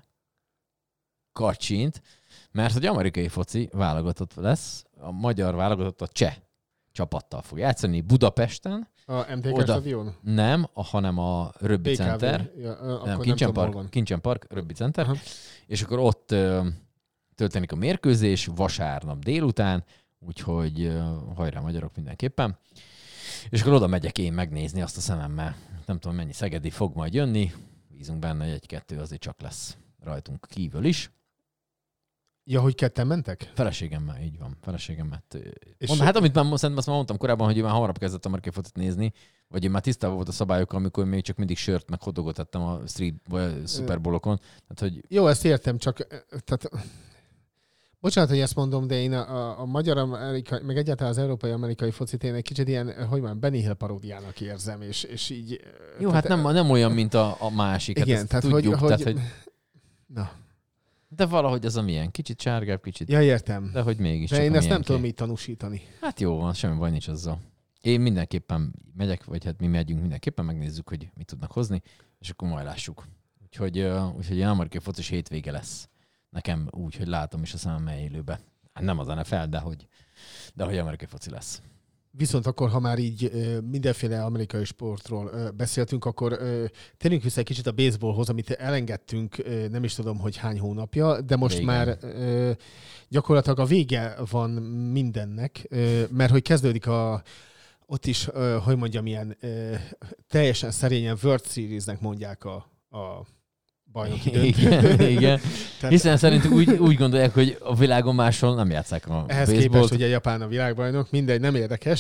Kacsint, mert hogy amerikai foci válogatott lesz, a magyar válogatott a cseh csapattal fog játszani Budapesten. A em té ká stadion? Nem, a, hanem a Röbbi Center. Ja, nem, Kincsen Park, Kincsen Park, Röbbi Center. Aha. És akkor ott ö, történik a mérkőzés vasárnap délután, úgyhogy ö, hajrá magyarok mindenképpen. És akkor oda megyek én megnézni azt a szememmel. Nem tudom, mennyi szegedi fog majd jönni. Bízunk benne, hogy egy-kettő azért csak lesz rajtunk kívül is. Ja, hogy ketten mentek? Feleségemmel, így van. Feleségemmel. Mond, hát amit már, szerintem azt már mondtam korábban, hogy ő már hamarabb kezdett amerikai focit nézni, vagy én már tisztában volt a szabályokkal, amikor még csak mindig sört meg hotdogot ettem a street vagy Super Bowl-okon. Tehát, hogy... Jó, ezt értem, csak tehát... bocsánat, hogy ezt mondom, de én a, a, a magyar-amerikai, meg egyáltalán az európai-amerikai focit én egy kicsit ilyen, hogy már Benny Hill paródiának érzem, és, és így... Jó, tehát, hát nem, nem olyan, mint a, a másik. Igen, hát tehát, tudjuk, hogy, tehát hogy... hogy... Na. De valahogy az a milyen. Kicsit sárgább, kicsit... Ja, értem. De hogy mégis. De én ezt nem tudom így tanúsítani. Hát jó van, semmi baj nincs azzal. Én mindenképpen megyek, vagy hát mi megyünk mindenképpen, megnézzük, hogy mit tudnak hozni, és akkor majd lássuk. Úgyhogy, uh, úgyhogy ilyen amerikai focis hétvége lesz. Nekem úgy, hogy látom is a szememmel élőbe. Hát nem az en ef el, de hogy, de hogy amerikai foci lesz. Viszont akkor, ha már így mindenféle amerikai sportról beszéltünk, akkor térjünk vissza egy kicsit a baseballhoz, amit elengedtünk, nem is tudom, hogy hány hónapja, de most Végen. már gyakorlatilag a vége van mindennek, mert hogy kezdődik a ott is, hogy mondjam, ilyen teljesen szerényen World Series-nek mondják a, a bajnoki döntő. Igen. Tehát... Hiszen szerintük úgy, úgy gondolják, hogy a világon máshol nem játsszák a ehhez baseballt. képest, hogy a Japán a világbajnok, mindegy, nem érdekes.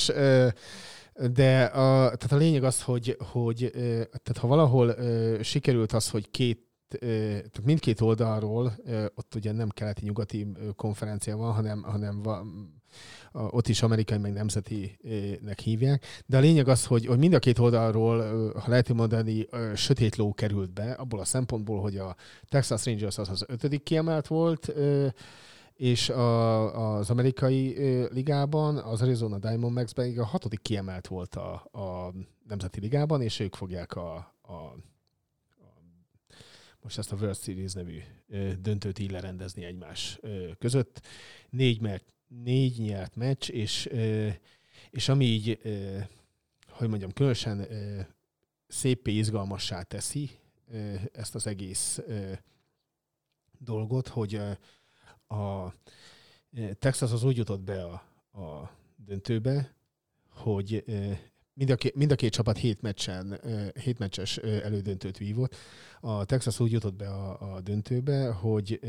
De a, tehát a lényeg az, hogy, hogy tehát ha valahol sikerült az, hogy két, tehát mindkét oldalról, ott ugye nem keleti-nyugati konferencia van, hanem, hanem van, ott is amerikai, meg nemzetinek hívják. De a lényeg az, hogy, hogy mind a két oldalról, ha lehet mondani, sötét ló került be, abból a szempontból, hogy a Texas Rangers az az ötödik kiemelt volt, és a, az amerikai ligában, az Arizona Diamondbacksben a hatodik kiemelt volt a, a nemzeti ligában, és ők fogják a, a, a most ezt a World Series nevű döntőt így lerendezni egymás között. Négy, mert, négy nyert meccs, és, és ami így, hogy mondjam, különösen szépé izgalmassá teszi ezt az egész dolgot, hogy a Texas az úgy jutott be a, a döntőbe, hogy mind a, két, mind a két csapat hét, meccsen, hét meccses elődöntőt vívott. A Texas úgy jutott be a, a döntőbe, hogy,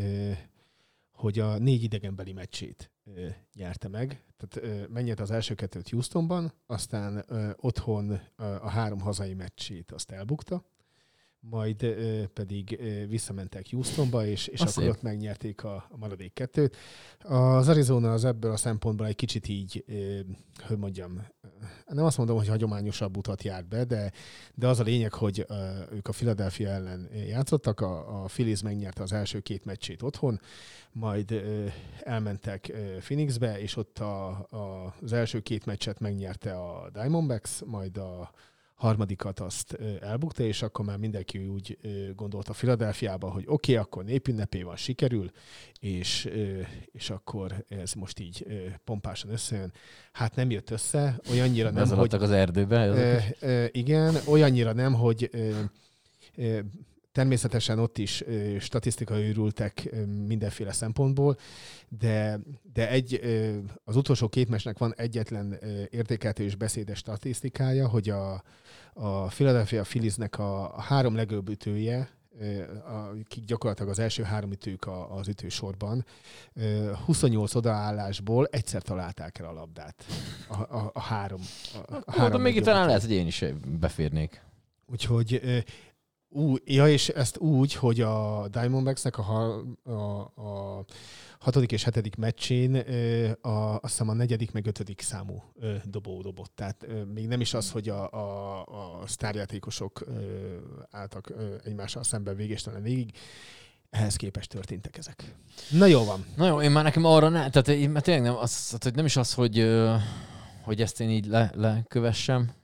hogy a négy idegenbeli meccsét nyerte meg. Tehát megnyerte az első kettőt Houstonban, aztán otthon a három hazai meccsét azt elbukta, majd ö, pedig ö, visszamentek Houstonba, és, és akkor szép. Ott megnyerték a, a maradék kettőt. Az Arizona az ebből a szempontból egy kicsit így, ö, hogy mondjam, nem azt mondom, hogy hagyományosabb utat járt be, de, de az a lényeg, hogy ö, ők a Philadelphia ellen játszottak, a, a Phillies megnyerte az első két meccsét otthon, majd ö, elmentek ö, Phoenixbe, és ott a, a, az első két meccset megnyerte a Diamondbacks, majd a harmadikat azt elbukta, és akkor már mindenki úgy gondolta Philadelphiába, hogy oké, okay, akkor népünnepé van, sikerül, és, és akkor ez most így pompásan összejön. Hát nem jött össze, olyannyira nem, hogy... az erdőbe? E, e, igen, olyannyira nem, hogy e, e, természetesen ott is e, statisztikai őrültek e, mindenféle szempontból, de, de egy, e, az utolsó két meccsnek van egyetlen e, értékelhető és beszédes statisztikája, hogy a, a Philadelphia Philliesnek a, a három legjobb ütője, akik gyakorlatilag az első három ütők az ütősorban, huszonnyolc odaállásból egyszer találták el a labdát. A, a, a három. A, a három még itt talán lehet, hogy én is beférnék. Úgyhogy ú, ja, és ezt úgy, hogy a Diamondbacksnek a, a, a hatodik és hetedik meccsén a, azt hiszem a negyedik meg ötödik számú dobó dobott. Tehát még nem is az, hogy a, a, a sztárjátékosok álltak egymással szemben végéstelen végig. Ehhez képest történtek ezek. Na jó van. Na jó, én már nekem arra ne, tehát én, tényleg nem, az, hogy nem is az, hogy, hogy ezt én így le, lekövessem,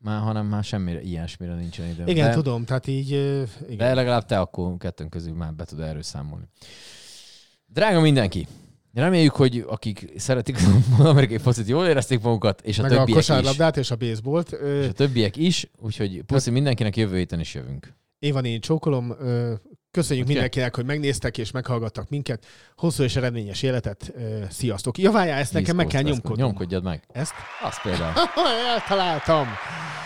már, hanem már semmire, ilyesmire nincsen idő. Igen, de, tudom, tehát így... Igen. De legalább te akkor kettőnk közül már be tud erről számolni. Drága mindenki! Reméljük, hogy akik szeretik az amerikai focit, jól érezték magukat, és a meg többiek a kosárlabdát és a baseballt. És a többiek is, úgyhogy puszi mindenkinek, jövő héten is jövünk. Évan, én csókolom. Köszönjük Okay. mindenkinek, hogy megnéztek és meghallgattak minket. Hosszú és eredményes életet. Sziasztok! Ja, várjál, ezt nekem meg kell nyomkodnom. Nyomkodjad meg. Ezt? Azt például. Eltaláltam!